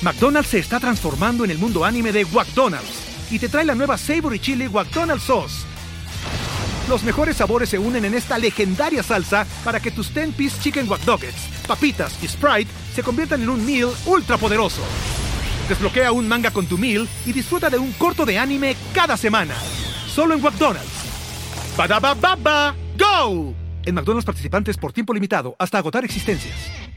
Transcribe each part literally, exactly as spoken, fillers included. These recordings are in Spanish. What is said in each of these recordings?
McDonald's se está transformando en el mundo anime de McDonald's y te trae la nueva Savory Chili McDonald's Sauce. Los mejores sabores se unen en esta legendaria salsa para que tus ten-piece chicken wack nuggets, papitas y Sprite se conviertan en un meal ultra poderoso. Desbloquea un manga con tu meal y disfruta de un corto de anime cada semana. Solo en McDonald's. ¡Badaba baba! ¡Go! En McDonald's participantes por tiempo limitado hasta agotar existencias.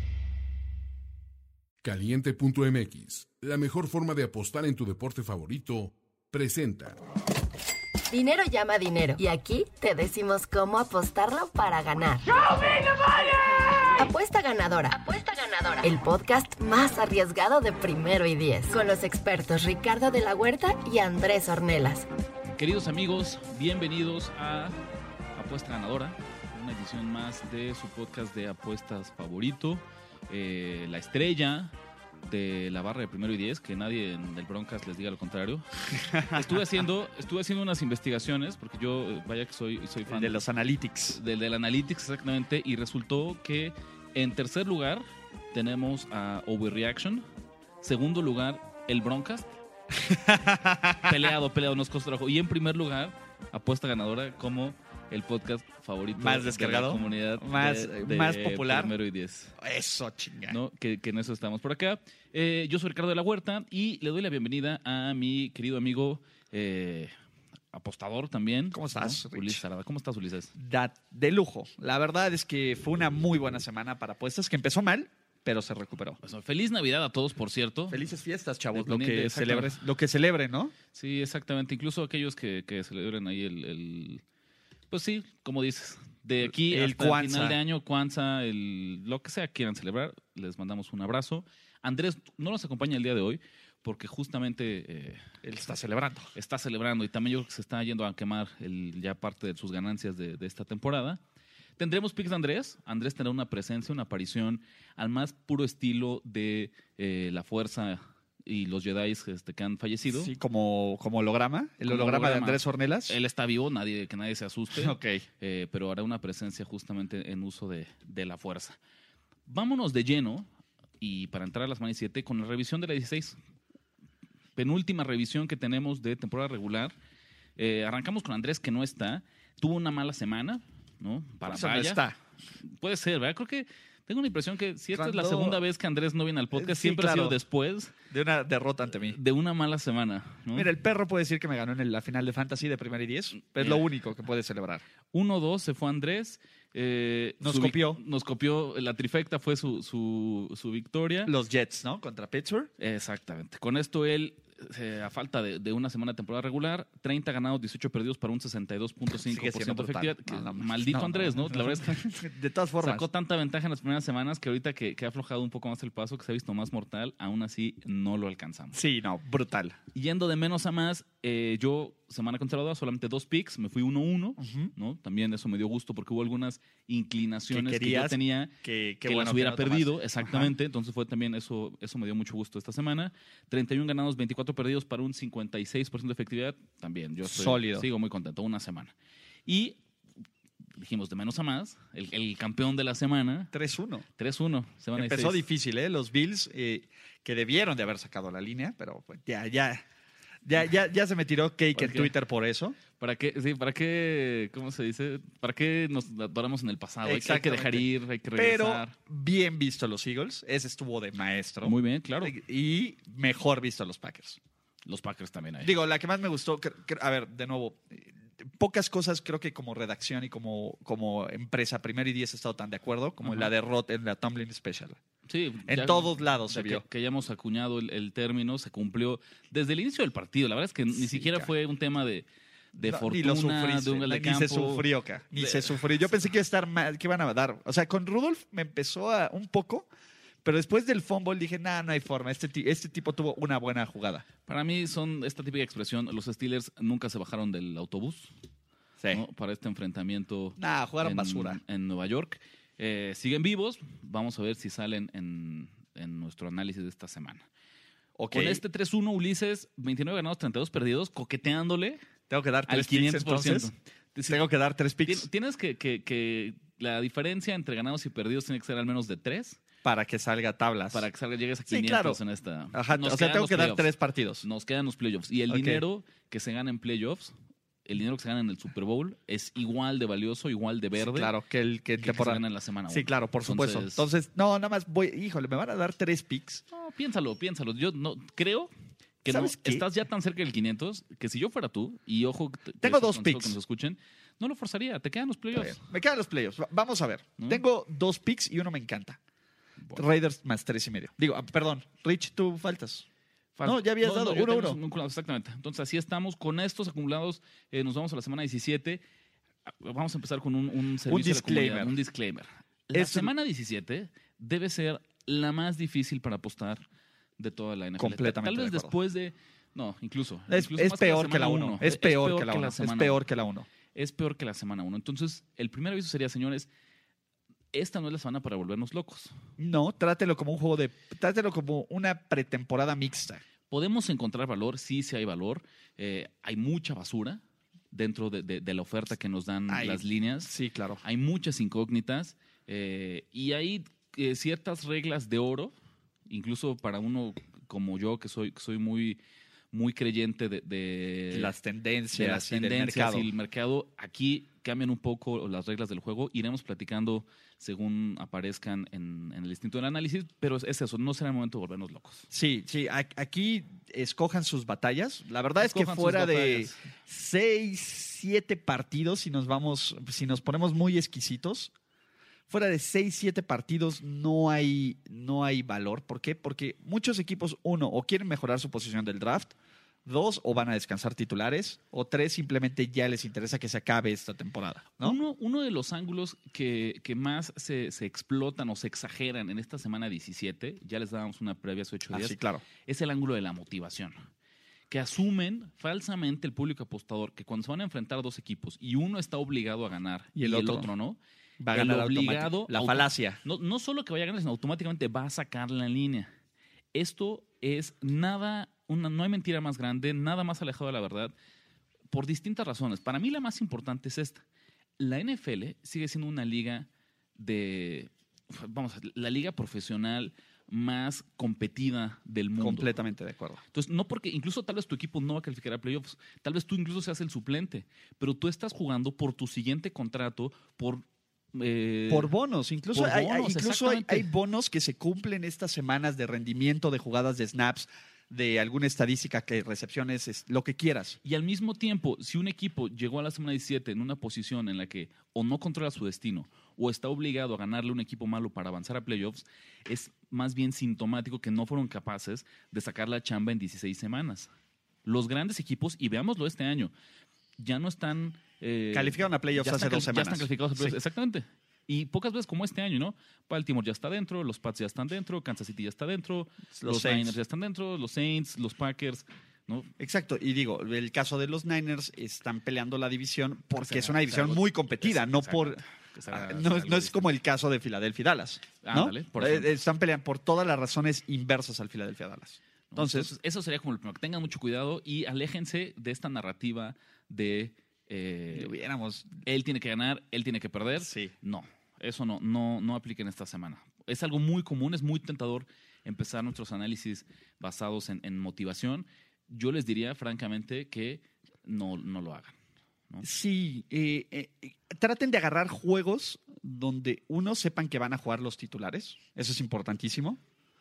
Caliente punto m x, la mejor forma de apostar en tu deporte favorito, presenta. Dinero llama dinero. Y aquí te decimos cómo apostarlo para ganar. ¡Show me the money! Apuesta ganadora. Apuesta ganadora. El podcast más arriesgado de primero y diez. Con los expertos Ricardo de la Huerta y Andrés Ornelas. Queridos amigos, bienvenidos a Apuesta Ganadora, una edición más de su podcast de apuestas favorito. Eh, la estrella de la barra de primero y diez, que nadie en el Broncas les diga lo contrario. Estuve haciendo, estuve haciendo unas investigaciones, porque yo, vaya que soy, soy fan de los analytics. Del, del analytics, exactamente, y resultó que en tercer lugar tenemos a Overreaction, segundo lugar el Broncas, peleado, peleado, nos costó trabajo, y en primer lugar, Apuesta Ganadora como el podcast favorito más descargado, de la comunidad más, de, de más popular. Primero y diez. Eso, chingada. ¿No? Que, que en eso estamos por acá. Eh, yo soy Ricardo de la Huerta y le doy la bienvenida a mi querido amigo eh, apostador también. ¿Cómo estás, ¿no? Ulises Arada. ¿Cómo estás, Ulises? Da, de lujo. La verdad es que fue una muy buena semana para apuestas, que empezó mal, pero se recuperó. Pues, feliz Navidad a todos, por cierto. Felices fiestas, chavos. Lo Lo que, celebres, lo que celebren, ¿no? Sí, exactamente. Incluso aquellos que, que celebren ahí el... el Pues sí, como dices, de aquí el hasta Kwanzaa. el final de año, Kwanzaa, el, lo que sea quieran celebrar, les mandamos un abrazo. Andrés no nos acompaña el día de hoy porque justamente eh, él está celebrando. Está celebrando y también yo creo que se está yendo a quemar el, ya parte de sus ganancias de, de esta temporada. Tendremos picks de Andrés. Andrés tendrá una presencia, una aparición al más puro estilo de eh, la fuerza y los Jedi este, que han fallecido. Sí, como, como holograma. El Como holograma, holograma de Andrés Ornelas. Él está vivo, nadie, que nadie se asuste. Ok. Eh, pero hará una presencia justamente en uso de, de la fuerza. Vámonos de lleno, y para entrar a la semana siete, con la revisión de la dieciséis. Penúltima revisión que tenemos de temporada regular. Eh, arrancamos con Andrés, que no está. Tuvo una mala semana, ¿no? Para Eso no Vaya. está. Puede ser, ¿verdad? Creo que tengo una impresión que si esta Cuando- es la segunda vez que Andrés no viene al podcast, Sí, siempre claro. ha sido después De una derrota ante mí. de una mala semana, ¿no? Mira, el perro puede decir que me ganó en el- la final de Fantasy de primera y diez. Es Mira. lo único que puede celebrar. uno dos se fue Andrés. eh, Nos su vic- copió. Nos copió. La trifecta fue su, su, su victoria. Los Jets, ¿no? Contra Pittsburgh. Exactamente. Con esto él, eh, a falta de, de una semana de temporada regular, treinta ganados, dieciocho perdidos para un sesenta y dos punto cinco por Sigue siendo ciento de brutal. efectividad. No, Que no, maldito no, Andrés, ¿no? no, La verdad es que De todas formas. sacó tanta ventaja en las primeras semanas que ahorita que, que ha aflojado un poco más el paso, que se ha visto más mortal, aún así no lo alcanzamos. Sí, no, brutal. Yendo de menos a más, eh, yo, semana conservadora, solamente dos picks, me fui uno uno, Ujú. ¿no? También eso me dio gusto porque hubo algunas inclinaciones Que que, yo querías tenía Que, que bueno las hubiera no perdido, tomaste. exactamente. Entonces fue también eso, eso me dio mucho gusto esta semana. treinta y uno ganados, veinticuatro perdidos para un cincuenta y seis por ciento de efectividad. También, yo estoy- Sólido. sigo muy contento, una semana. Y dijimos de menos a más, el, el campeón de la semana, tres uno. tres uno. Semana Empezó dieciséis. difícil, ¿eh? Los Bills, eh, que debieron de haber sacado la línea, pero pues, ya, ya, ya, ya, ya se me tiró cake ¿Por en qué? Twitter por eso. ¿Para qué, sí, para qué, cómo se dice? ¿Para qué nos adoramos en el pasado? Hay que, hay que dejar ir, hay que Pero regresar. bien visto los Eagles. Ese estuvo de maestro. Muy bien, claro. Y mejor visto los Packers. Los Packers también hay. Digo, la que más me gustó, que- que- a ver, de nuevo, eh, pocas cosas creo que como redacción y como, como empresa, primero y diez he estado tan de acuerdo como en Ajá. la derrota en la Tumbling Special. Sí, En ya- todos lados se ya vio. Que, que hayamos acuñado el, el término, se cumplió desde el inicio del partido. La verdad es que ni Sí, siquiera ca. fue un tema de, de No, fortuna, ni lo sufriste, de un gol de ni campo. se sufrió, ca, ni De- se sufrió. Yo pensé que iba a estar mal, que iban a dar. O sea, con Rudolph me empezó a un poco, pero después del fumble dije, nah, no hay forma. Este, ti- este tipo tuvo una buena jugada. Para mí son esta típica expresión, los Steelers nunca se bajaron del autobús, Sí. ¿no? Para este enfrentamiento Nah, jugaron en, basura. en Nueva York. Eh, siguen vivos, vamos a ver si salen en, en nuestro análisis de esta semana. Ok. Con este tres uno, Ulises, veintinueve ganados, treinta y dos perdidos, coqueteándole Tengo que dar al tres picks, quinientos por ciento. entonces. Tengo que dar tres picks. Tien- Tienes que, que, que la diferencia entre ganados y perdidos tiene que ser al menos de tres. para que salga tablas. Para que salga, llegues a Sí, quinientos claro. en esta. Ajá, Nos o sea, quedan tengo los que dar playoffs. tres partidos. Nos quedan los playoffs. Y el Ok. dinero que se gana en playoffs, el dinero que se gana en el Super Bowl, es igual de valioso, igual de verde. Sí, claro, que el que, que, que se temporada. gana en la semana Sí, uno. claro, por supuesto. Entonces- Entonces, no, nada más voy, híjole, me van a dar tres picks. No, piénsalo, piénsalo. Yo no creo que no, ¿Sabes qué? estás ya tan cerca del quinientos que si yo fuera tú, y ojo, que- que Tengo eso dos consejo picks. que nos escuchen, no lo forzaría, te quedan los Está playoffs. bien, me quedan los playoffs. Va- Vamos a ver. ¿No? Tengo dos picks y uno me encanta. Bueno. Raiders más tres y medio. Digo, ah, perdón, Rich, tú faltas. Fal- No, ya habías dado yo uno, tengo uno. un acumulado, exactamente. Entonces, así estamos. Con estos acumulados, eh, nos vamos a la semana diecisiete. Ah, Vamos a empezar con un, un servicio de la disclaimer. comunidad, un disclaimer. La Es- semana diecisiete debe ser la más difícil para apostar de toda la N F L. Completamente Tal vez de acuerdo. después de... No, incluso. Es, incluso es más peor que la semana uno. uno. Es peor que la uno. Es semana peor uno. que la uno. Es peor que la semana uno. Entonces, el primer aviso sería, señores, esta no es la semana para volvernos locos. No, trátelo como un juego de. Trátelo como una pretemporada mixta. Podemos encontrar valor, sí, sí hay valor. Eh, hay mucha basura dentro de, de- de la oferta que nos dan Hay- las líneas. Sí, claro. Hay muchas incógnitas eh, y hay eh, ciertas reglas de oro, incluso para uno como yo, que soy, que soy muy, muy creyente de, de- las tendencias, de las y del tendencias mercado. y el mercado. Aquí cambian un poco las reglas del juego. Iremos platicando según aparezcan en, en el instinto del análisis, pero es, es eso, no será el momento de volvernos locos. Sí, sí, a- aquí escojan sus batallas. La verdad es Escojan que sus fuera de batallas. seis, siete partidos, si nos vamos, si nos ponemos muy exquisitos, fuera de seis, siete partidos no hay, no hay valor. ¿Por qué? Porque muchos equipos, uno, o quieren mejorar su posición del draft, dos, o van a descansar titulares, o tres, simplemente ya les interesa que se acabe esta temporada, ¿no? Uno, uno de los ángulos que, que más se, se explotan o se exageran en esta semana diecisiete, ya les dábamos una previa hace ocho Ah, días, sí, claro. es el ángulo de la motivación. Que asumen falsamente el público apostador que cuando se van a enfrentar dos equipos y uno está obligado a ganar Y el otro no, Va a el ganar obligado, automático. La auto- falacia. no, no solo que vaya a ganar, sino automáticamente va a sacar la línea. Esto es nada, una, no hay mentira más grande, nada más alejado de la verdad, por distintas razones. Para mí la más importante es esta. La N F L sigue siendo una liga de, vamos, la liga profesional más competida del mundo. Completamente de acuerdo. Entonces, no porque incluso tal vez tu equipo no va a calificar a playoffs, tal vez tú incluso seas el suplente, pero tú estás jugando por tu siguiente contrato, por... eh, Por bonos, incluso, por hay, hay- bonos, incluso hay, exactamente. hay bonos que se cumplen estas semanas de rendimiento, de jugadas de snaps, de alguna estadística, que recepciones, es, lo que quieras. Y al mismo tiempo, si un equipo llegó a la semana diecisiete en una posición en la que o no controla su destino o está obligado a ganarle a un equipo malo para avanzar a playoffs, es más bien sintomático que no fueron capaces de sacar la chamba en dieciséis semanas. Los grandes equipos, y veámoslo este año, ya no están... eh, Calificaron a playoffs ya hace están dos cal- semanas. Ya están calificados a playoffs, Sí. exactamente. Y pocas veces como este año, ¿no? Baltimore ya está dentro, los Pats ya están dentro, Kansas City ya está dentro, Los los, Saints. Niners ya están dentro, los Saints, los Packers, ¿no? Exacto, y digo, el caso de los Niners están peleando la división porque Será- es una división será- muy competida, es- no por... exactamente, que será- Ah, No, será es- algo no es distinto. como el caso de Filadelfia y Dallas. ¿no? Ándale, por Eh, ejemplo. Están peleando por todas las razones inversas al Filadelfia Dallas. ¿no? Entonces, eso sería como el primero. Que tengan mucho cuidado y aléjense de esta narrativa de eh, lo viéramos. él tiene que ganar, él tiene que perder. Sí. No, eso no, no, no aplica en esta semana. Es algo muy común, es muy tentador empezar nuestros análisis basados en, en motivación. Yo les diría, francamente, que no, no lo hagan. ¿no? Sí, eh, eh, eh, traten de agarrar juegos donde uno sepan que van a jugar los titulares, eso es importantísimo.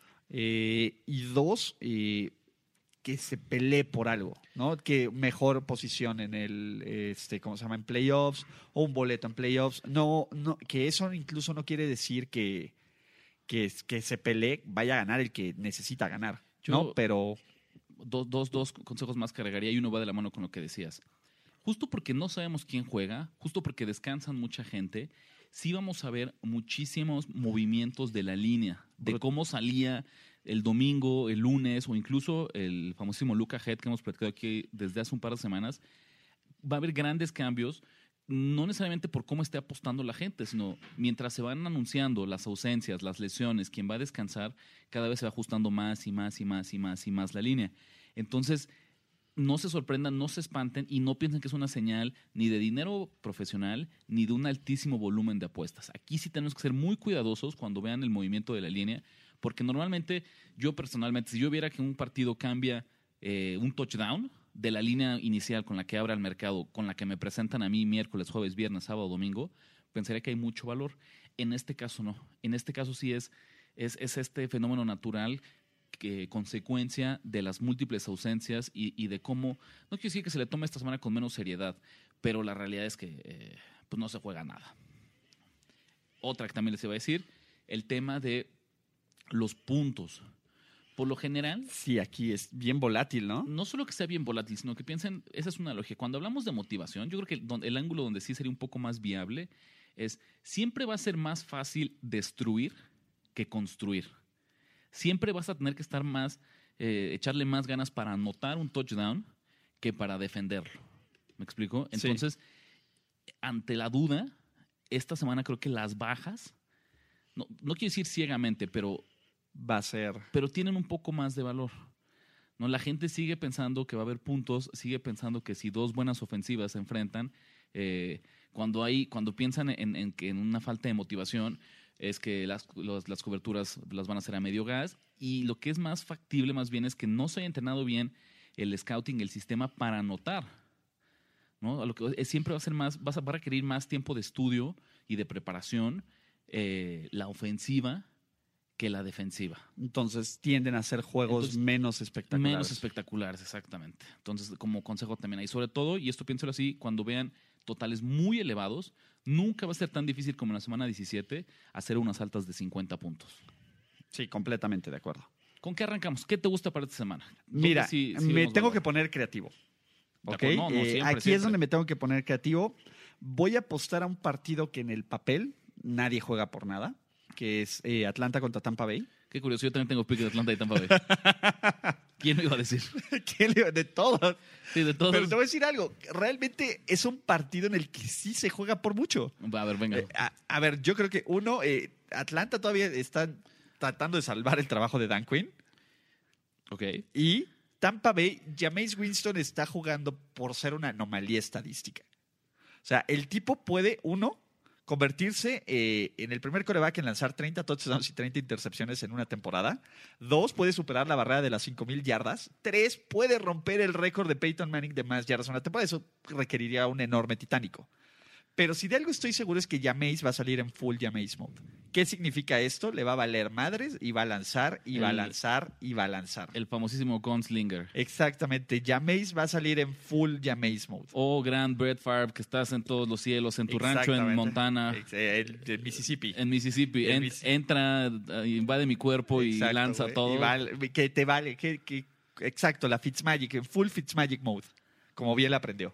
Eh, y dos, eh, que se pelee por algo, ¿no? Que mejor posición en el, este, ¿cómo se llama? En playoffs o un boleto en playoffs. No, no, que eso incluso no quiere decir que, que, que se pelee, vaya a ganar el que necesita ganar, ¿no? Yo- Pero Dos, dos, dos consejos más que agregaría y uno va de la mano con lo que decías. Justo porque no sabemos quién juega, justo porque descansan mucha gente, sí vamos a ver muchísimos movimientos de la línea, de Brut- cómo salía el domingo, el lunes o incluso el famosísimo Luca Head que hemos platicado aquí desde hace un par de semanas. Va a haber grandes cambios, no necesariamente por cómo esté apostando la gente, sino mientras se van anunciando las ausencias, las lesiones, quien va a descansar, cada vez se va ajustando más y más y más y más y más la línea. Entonces, no se sorprendan, no se espanten y no piensen que es una señal ni de dinero profesional ni de un altísimo volumen de apuestas. Aquí sí tenemos que ser muy cuidadosos cuando vean el movimiento de la línea, porque normalmente yo personalmente, si yo viera que un partido cambia eh, un touchdown de la línea inicial con la que abre el mercado, con la que me presentan a mí miércoles, jueves, viernes, sábado, domingo, pensaría que hay mucho valor. En este caso no. En este caso sí es, es, es este fenómeno natural que consecuencia de las múltiples ausencias y, y de cómo, no quiero decir que se le tome esta semana con menos seriedad, pero la realidad es que eh, pues no se juega nada. Otra que también les iba a decir, el tema de los puntos. Por lo general... Sí, aquí es bien volátil, ¿no? No solo que sea bien volátil, sino que piensen, esa es una lógica. Cuando hablamos de motivación, yo creo que el, el ángulo donde sí sería un poco más viable es, siempre va a ser más fácil destruir que construir. Siempre vas a tener que estar más, eh, echarle más ganas para anotar un touchdown que para defenderlo. ¿Me explico? Entonces, sí. Ante la duda, esta semana creo que las bajas, no, no quiero decir ciegamente, pero va a ser. Pero tienen un poco más de valor. ¿No? La gente sigue pensando que va a haber puntos, sigue pensando que si dos buenas ofensivas se enfrentan, eh, cuando hay, cuando piensan en, en, en una falta de motivación, es que las, los, las coberturas las van a hacer a medio gas, y lo que es más factible más bien es que no se haya entrenado bien el scouting, el sistema para anotar, ¿no? Lo que es, siempre va a ser más, vas a, va a requerir más tiempo de estudio y de preparación eh, la ofensiva que la defensiva. Entonces tienden a ser juegos Entonces, menos espectaculares. Menos espectaculares, exactamente. Entonces, como consejo también hay, sobre todo, y esto piénselo así, cuando vean totales muy elevados, nunca va a ser tan difícil como en la semana diecisiete hacer unas altas de cincuenta puntos. Sí, completamente de acuerdo. ¿Con qué arrancamos? ¿Qué te gusta para esta semana? Mira, sí, sí me tengo valor? que poner creativo. ¿Okay? No, no, siempre, eh, aquí siempre. Es donde me tengo que poner creativo. Voy a apostar a un partido que en el papel nadie juega por nada, que es eh, Atlanta contra Tampa Bay. Qué curioso, yo también tengo pick de Atlanta y Tampa Bay. ¿Quién lo iba a decir? ¿Quién lo iba? De todos. Sí, de todos. Pero te voy a decir algo. Realmente es un partido en el que sí se juega por mucho. A ver, venga. Eh, a, a ver, yo creo que uno, eh, Atlanta todavía está tratando de salvar el trabajo de Dan Quinn. Ok. Y Tampa Bay, Jameis Winston está jugando por ser una anomalía estadística. O sea, el tipo puede, uno, convertirse eh, en el primer quarterback en lanzar treinta touchdowns y treinta intercepciones en una temporada. Dos, puede superar la barrera de las cinco mil yardas. Tres, puede romper el récord de Peyton Manning de más yardas en una temporada. Eso requeriría un enorme titánico. Pero si de algo estoy seguro es que Jameis va a salir en full Jameis mode. ¿Qué significa esto? Le va a valer madres y va a lanzar y el, va a lanzar y va a lanzar. El famosísimo gunslinger. Exactamente. Jameis va a salir en full Jameis mode. Oh, gran Brett Favre, que estás en todos los cielos, en tu rancho en Montana. En, en Mississippi. En Mississippi. En, en Miss... Entra, invade mi cuerpo y exacto, lanza güey. todo. Y vale, que te vale. Que, que, exacto, la Fitzmagic, en full Fitzmagic mode. Como bien la aprendió.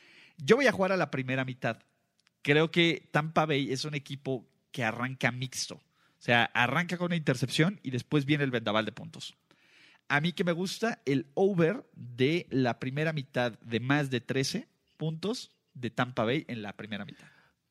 Yo voy a jugar a la primera mitad. Creo que Tampa Bay es un equipo que arranca mixto. O sea, arranca con una intercepción y después viene el vendaval de puntos. A mí que me gusta el over de la primera mitad de más de trece puntos de Tampa Bay en la primera mitad.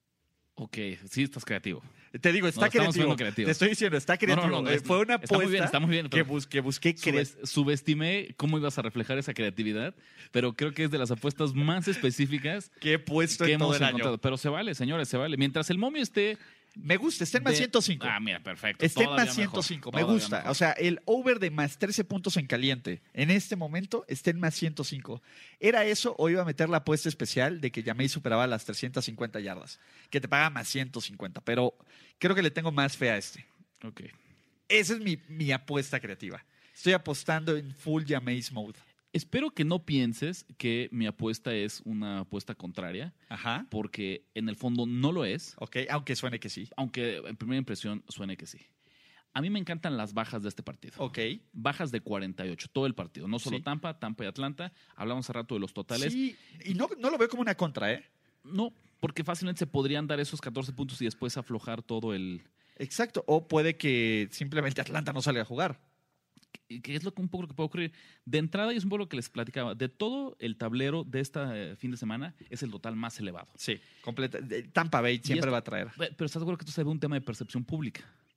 Ok, sí estás creativo. Te digo, está no, creativo. creativo. Te estoy diciendo, está creativo. No, no, no, eh, fue una apuesta está muy bien, está muy bien, que, bus que busqué creer. Subestimé cómo ibas a reflejar esa creatividad, pero creo que es de las apuestas más específicas que he puesto que en todo hemos el encontrado. año. Pero se vale, señores, se vale. Mientras el momio esté... Me gusta, está en más de... ciento cinco. Ah, mira, perfecto. Está en más ciento cinco, mejor, me gusta. Mejor. O sea, el over de más trece puntos en caliente en este momento está en más ciento cinco. ¿Era eso o iba a meter la apuesta especial de que Jameis superaba las trescientas cincuenta yardas? Que te paga más ciento cincuenta, pero creo que le tengo más fe a este. Ok. Esa es mi, mi apuesta creativa. Estoy apostando en full Jameis mode. Espero que no pienses que mi apuesta es una apuesta contraria. Ajá. Porque en el fondo no lo es. Ok, aunque suene que sí. Aunque en primera impresión suene que sí. A mí me encantan las bajas de este partido. Ok. Bajas de cuarenta y ocho, todo el partido. No solo sí. Tampa, Tampa y Atlanta. Hablamos hace rato de los totales. Sí, y no, no lo veo como una contra, ¿eh? No, porque fácilmente se podrían dar esos catorce puntos y después aflojar todo el... Exacto, o puede que simplemente Atlanta no salga a jugar. Que es lo que un poco lo que puede ocurrir. De entrada, y es un poco lo que les platicaba, de todo el tablero de este fin de semana es el total más elevado. Sí, completa. Tampa Bay siempre esto, va a traer. Pero estás seguro que esto se ve un tema de percepción pública.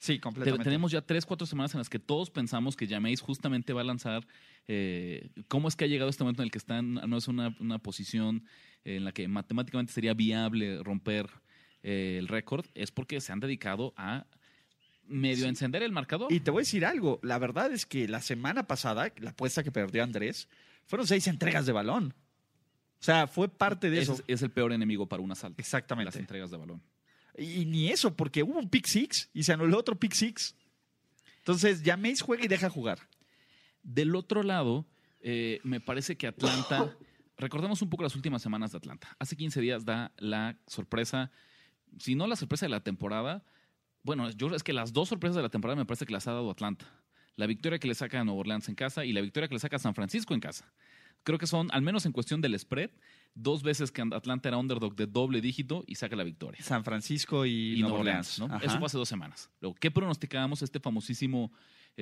Sí, completamente. Te- tenemos ya tres, cuatro semanas en las que todos pensamos que Jameis justamente va a lanzar. Eh, ¿Cómo es que ha llegado este momento en el que está en no es una, una posición en la que matemáticamente sería viable romper eh, el récord? Es porque se han dedicado a medio Sí. encender el marcador. Y te voy a decir algo. La verdad es que la semana pasada, la apuesta que perdió Andrés, fueron seis entregas de balón. O sea, fue parte de Ese eso. es, es el peor enemigo para un asalto. Exactamente. Las entregas de balón. Y, y ni eso, porque hubo un pick six y se anuló otro pick six. Entonces, Jameis juega y deja jugar. Del otro lado, eh, me parece que Atlanta, recordemos un poco las últimas semanas de Atlanta. Hace quince días da la sorpresa, si no la sorpresa de la temporada, bueno, yo es que las dos sorpresas de la temporada me parece que las ha dado Atlanta. La victoria que le saca a Nueva Orleans en casa y la victoria que le saca a San Francisco en casa. Creo que son, al menos en cuestión del spread, dos veces que Atlanta era underdog de doble dígito y saca la victoria. San Francisco y, Y Nueva Orleans. ¿no? Ajá. Eso fue hace dos semanas. Luego, ¿qué pronosticábamos este famosísimo,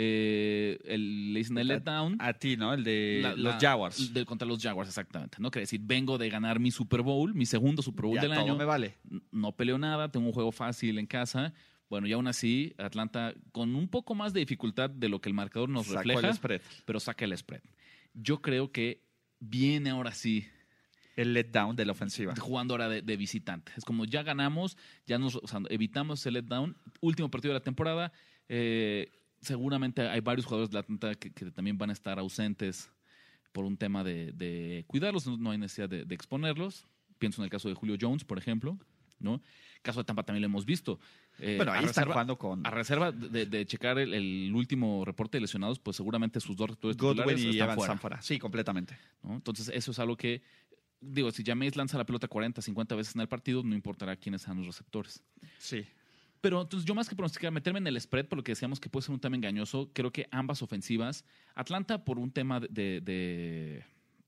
eh, el, le dicen el letdown? A ti, ¿no? El de La- los la- Jaguars. de- contra los Jaguars, exactamente. ¿No? Quiere decir, vengo de ganar mi Super Bowl, mi segundo Super Bowl Ya del todo año. me vale. N- No peleo nada, tengo un juego fácil en casa. Bueno, y aún así, Atlanta con un poco más de dificultad de lo que el marcador nos Sacó refleja, el spread. pero saca el spread. Yo creo que viene ahora sí El letdown de la ofensiva. jugando ahora de, de visitante. Es como ya ganamos, ya nos o sea, evitamos el letdown. Último partido de la temporada. Eh, seguramente hay varios jugadores de Atlanta que, que también van a estar ausentes por un tema de, de cuidarlos, no, no hay necesidad de, de exponerlos. Pienso en el caso de Julio Jones, por ejemplo, ¿no? Caso de Tampa también lo hemos visto. Eh, Bueno, ahí a están reserva- jugando con A reserva de, de checar el, el último reporte de lesionados, pues seguramente sus dos receptores Godwin titulares y están Evans fuera, están fuera. Sí, completamente. ¿no? Entonces, eso es algo que, digo, si Jameis lanza la pelota cuarenta, cincuenta veces en el partido, no importará quiénes sean los receptores. Sí. Pero entonces yo más que pronosticar, meterme en el spread, por lo que decíamos que puede ser un tema engañoso, creo que ambas ofensivas, Atlanta por un tema de, de, de,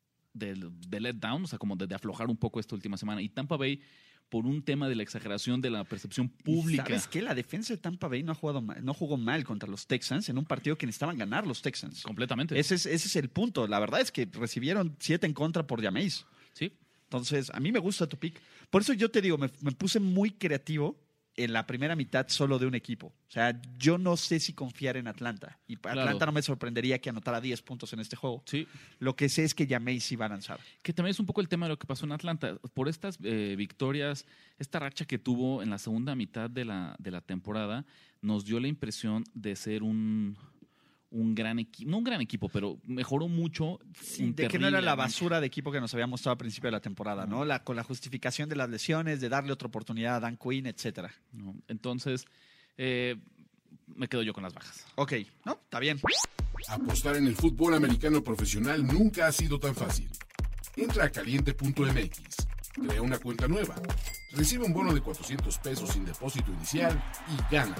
de, de let down, o sea, como de, de aflojar un poco esta última semana, y Tampa Bay por un tema de la exageración de la percepción pública. ¿Y ¿Sabes qué? La defensa de Tampa Bay no, ha jugado mal- no jugó mal contra los Texans en un partido que necesitaban ganar los Texans. Completamente. Ese es, ese es el punto. La verdad es que recibieron siete en contra por Jameis. Sí. Entonces, a mí me gusta tu pick. Por eso yo te digo, me, me puse muy creativo en la primera mitad solo de un equipo. O sea, yo no sé si confiar en Atlanta. Y Claro. Atlanta no me sorprendería que anotara diez puntos en este juego. Sí. Lo que sé es que Jameis sí va a lanzar. Que también es un poco el tema de lo que pasó en Atlanta. Por estas eh, victorias, esta racha que tuvo en la segunda mitad de la, de la temporada, nos dio la impresión de ser un, un gran equipo. No un gran equipo, pero mejoró mucho. Sí, un de que no era terrible la arranque. basura de equipo que nos había mostrado al principio de la temporada, ¿no? La, con la justificación de las lesiones, de darle otra oportunidad a Dan Quinn, etcétera. ¿No? Entonces, eh, me quedo yo con las bajas. Ok, no, está bien. Apostar en el fútbol americano profesional nunca ha sido tan fácil. Entra a caliente punto m x, crea una cuenta nueva, recibe un bono de cuatrocientos pesos sin depósito inicial y gana.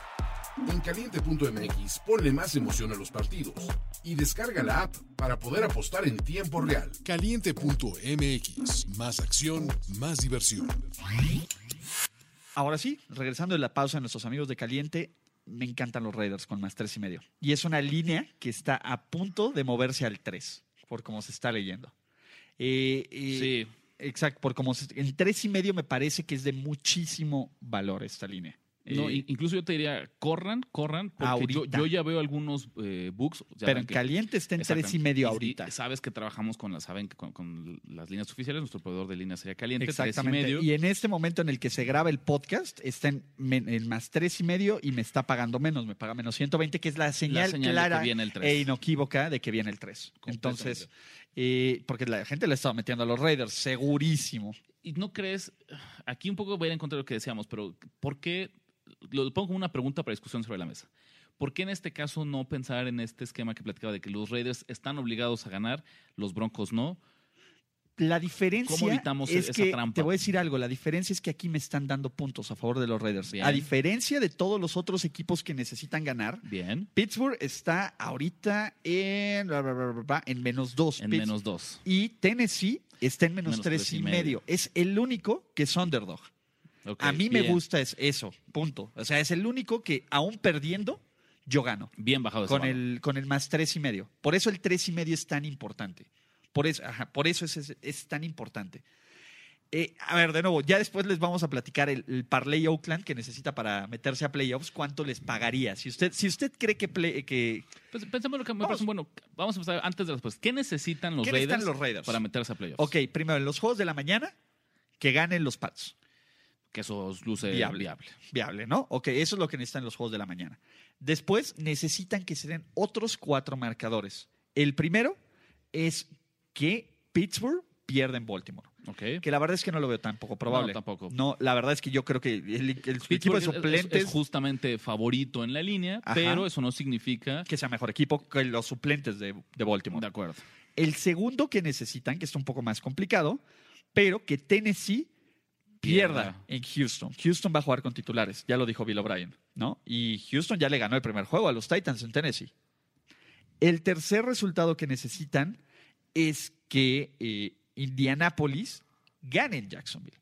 En caliente punto m x ponle más emoción a los partidos y descarga la app para poder apostar en tiempo real. caliente punto m x, más acción, más diversión. Ahora sí, regresando de la pausa a nuestros amigos de Caliente, me encantan los Raiders con más tres y medio. Y es una línea que está a punto de moverse al tres, por como se está leyendo. Eh, eh, Sí. Exacto, por como se, el tres y medio me parece que es de muchísimo valor esta línea. No, Eh, i- incluso yo te diría, corran, corran, porque yo, Ahorita. yo ya veo algunos eh, books. Ya pero ven en que- Caliente está en tres y Exactamente. medio Y- ahorita. y sabes que trabajamos con las, saben que con, con las líneas oficiales, nuestro proveedor de líneas sería Caliente, tres y Exactamente. medio. Y en este momento en el que se graba el podcast, está en, men- en más tres y medio y me está pagando menos, me paga menos ciento veinte, que es la señal, señal de clara que viene el tres. e inequívoca de que viene el tres. Entonces, eh, porque la gente le estaba metiendo a los Raiders, segurísimo. Y no crees, aquí un poco voy a ir en contra de lo que decíamos, pero ¿por qué? Lo pongo como una pregunta para discusión sobre la mesa. ¿Por qué en este caso no pensar en este esquema que platicaba de que los Raiders están obligados a ganar, los Broncos no? La diferencia ¿Cómo evitamos es esa que, trampa? te voy a decir algo, la diferencia es que aquí me están dando puntos a favor de los Raiders. Bien. A diferencia de todos los otros equipos que necesitan ganar, Bien, Pittsburgh está ahorita en, en menos dos. en Pitts- menos dos. Y Tennessee está en menos, Menos tres, tres y y medio. medio. Es el único que es underdog. Ok, A mí me bien. gusta es eso, punto. O sea, es el único que aún perdiendo, yo gano. Bien bajado ese Con valor. el, con el más tres y medio. Por eso el tres y medio es tan importante. Por eso, ajá, por eso es, es, es tan importante. Eh, a ver, de nuevo, ya después les vamos a platicar el, el parlay Oakland que necesita para meterse a playoffs. ¿Cuánto les pagaría? Si usted, si usted cree que... Play, que Pues pensemos lo que me Vamos. parece bueno. Vamos a empezar antes de las cosas. ¿Qué necesitan los, ¿Qué Raiders, necesitan los Raiders? para meterse a playoffs? ok, primero, en los juegos de la mañana, que ganen los Pats. Que eso luce Viable. viable. Viable, ¿no? Ok, eso es lo que necesitan los juegos de la mañana. Después necesitan que se den otros cuatro marcadores. El primero es que Pittsburgh pierda en Baltimore. Ok. Que la verdad es que no lo veo tan poco probable. No, tampoco. No, la verdad es que yo creo que el, el equipo de Pittsburgh es- suplentes es, es justamente favorito en la línea, Ajá. pero eso no significa... que sea mejor equipo que los suplentes de, de Baltimore. De acuerdo. El segundo que necesitan, que está un poco más complicado, pero que Tennessee pierda Pierda. en Houston. Houston va a jugar con titulares, ya lo dijo Bill O'Brien, ¿no? Y Houston ya le ganó el primer juego a los Titans en Tennessee. El tercer resultado que necesitan es que eh, Indianapolis gane en Jacksonville.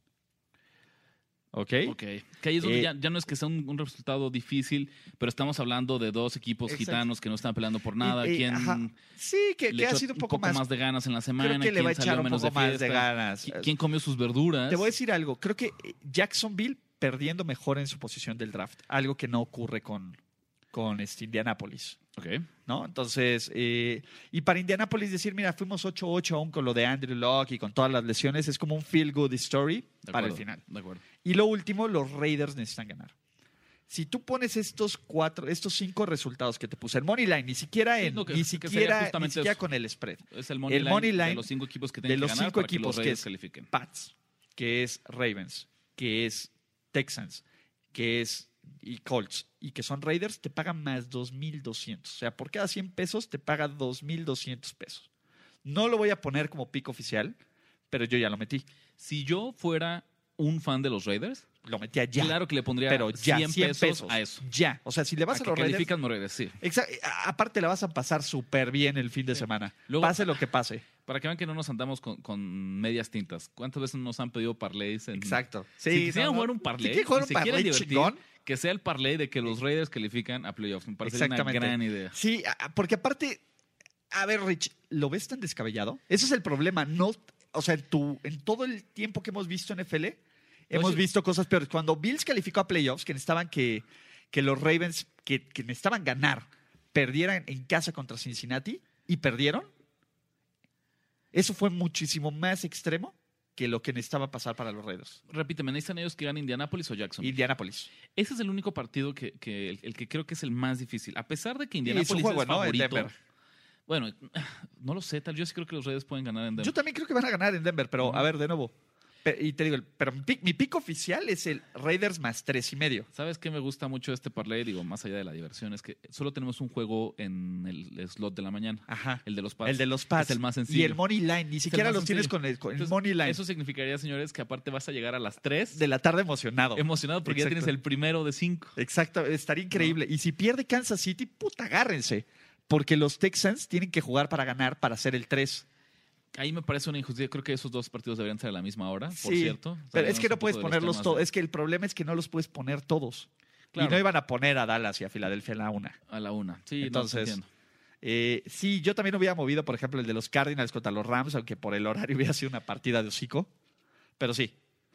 ¿Ok? Ok. Que ahí es donde Eh, ya, ya no es que sea un, un resultado difícil, pero estamos hablando de dos equipos Exacto. gitanos que no están peleando por nada. Eh, eh, ¿Quién ajá. Sí, que, le que ha echó sido un poco, más, de ganas en la semana? creo que le va a ¿Quién echar salió un menos poco más de fiesta? ganas. ¿Qui- ¿Quién comió sus verduras? Te voy a decir algo. Creo que Jacksonville perdiendo mejor en su posición del draft. Algo que no ocurre con, con este Indianapolis. Ok. ¿No? Entonces, eh, y para Indianapolis decir, mira, fuimos ocho ocho aún con lo de Andrew Locke y con todas las lesiones, es como un feel good story De para el acuerdo, final. De acuerdo. Y lo último, los Raiders necesitan ganar. Si tú pones estos cuatro, estos cinco resultados que te puse, el money line, ni siquiera Sí, en, no, que- ni que sería siquiera, ni justamente siquiera eso. con el spread. Es el money, El line, money de line los cinco equipos que de tienen los que ganar cinco para que equipos, los que Raiders es califiquen. Pats, que es Ravens, que es Texans, que es y Colts, y que son Raiders, te pagan más dos mil doscientos. O sea, por cada cien pesos te paga dos mil doscientos pesos. No lo voy a poner como pick oficial, pero yo ya lo metí. Si yo fuera un fan de los Raiders, Lo metí allá. claro que le pondría pero ya, cien, cien pesos, pesos, a eso. Ya. O sea, si le vas A a, que los Raiders, califican los Raiders, sí. exa- a- aparte la vas a pasar súper bien el fin de semana. Luego- pase lo que pase. Para que vean que no nos andamos con, con medias tintas. ¿Cuántas veces nos han pedido parlays? En... Exacto. Si Sí, quisieran no, no. jugar un parlay, Si quieren jugar y un se quieren parlay divertir, chingón, que sea el parlay de que los Raiders califican a playoffs. Me parece una exactamente. gran idea. Sí, a- porque aparte, a ver, Rich, ¿lo ves tan descabellado? Ese es el problema. No, o sea, en, tu, en todo el tiempo que hemos visto N F L, hemos sí. visto cosas peores. Cuando Bills calificó a playoffs, que necesitaban que, que los Ravens, que, que necesitaban ganar, perdieran en casa contra Cincinnati y perdieron, eso fue muchísimo más extremo que lo que necesitaba pasar para los Raiders. Repíteme, ¿necesitan ellos que gane Indianapolis o Jackson? Indianapolis. Ese es el único partido que, que el, el que creo que es el más difícil. A pesar de que Y Indianapolis su juego, es ¿no? En favorito. Denver. Bueno, no lo sé, tal. Yo sí creo que los Raiders pueden ganar en Denver. Yo también creo que van a ganar en Denver, pero a ver, de nuevo. Pe- Y te digo, el- pero mi pick, mi pick oficial es el Raiders más tres y medio. ¿Sabes qué me gusta mucho de este parlay? Digo, más allá de la diversión, es que solo tenemos un juego en el slot de la mañana. Ajá. El de los Pats. El de los Pats. Es el más sencillo. Y el Money Line. Ni Es el siquiera más los tienes sencillo. con el, con el Entonces, Money Line. Eso significaría, señores, que aparte vas a llegar a las tres De la tarde emocionado. emocionado porque ya Exacto. tienes el primero de cinco. Exacto, estaría increíble. Y si pierde Kansas City, puta, agárrense. Porque los Texans tienen que jugar para ganar, para hacer el tres. Ahí me parece una injusticia. Creo que esos dos partidos deberían ser a la misma hora, por Sí, cierto. Pero es Sabemos que un no poco puedes de los ponerlos temas todos. de- Es que el problema es que no los puedes poner todos. Claro. Y no iban a poner a Dallas y a Filadelfia en la una. A la una. Sí, Entonces, no, te entiendo. Eh, sí, yo también hubiera movido, por ejemplo, el de los Cardinals contra los Rams, aunque por el horario hubiera sido una partida de hocico. Pero sí,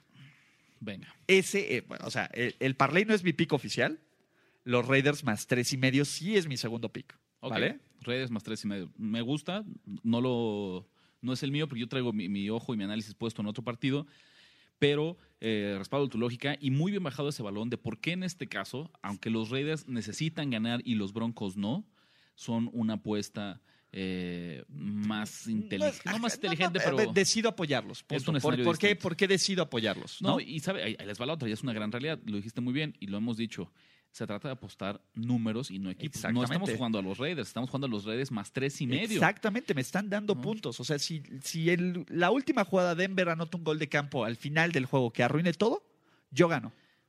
Venga. ese, eh, bueno, o sea, el, el parlay no es mi pick oficial. Los Raiders más tres y medio sí es mi segundo pick. Ok. ¿Vale? Raiders más tres y medio. Me gusta. No lo no es el mío porque yo traigo mi, mi ojo y mi análisis puesto en otro partido. Pero eh, respaldo tu lógica y muy bien bajado ese balón de por qué en este caso, aunque los Raiders necesitan ganar y los Broncos no, son una apuesta eh, más inteligente. No, ajá, más inteligente, no, pero... eh, Decido apoyarlos. punto. Es un ¿Por, escenario por qué, distinto. ¿Por qué decido apoyarlos? No, ¿no? y sabe, ahí, ahí les va la otra, y es una gran realidad. Lo dijiste muy bien y lo hemos dicho. Se trata de apostar números y no equipos. No Exactamente. estamos jugando a los Raiders, estamos jugando a los Raiders más tres y medio. Exactamente, me están dando ¿No? puntos. O sea, si, si el- la última jugada Denver anota un gol de campo al final del juego que arruine todo, yo gano.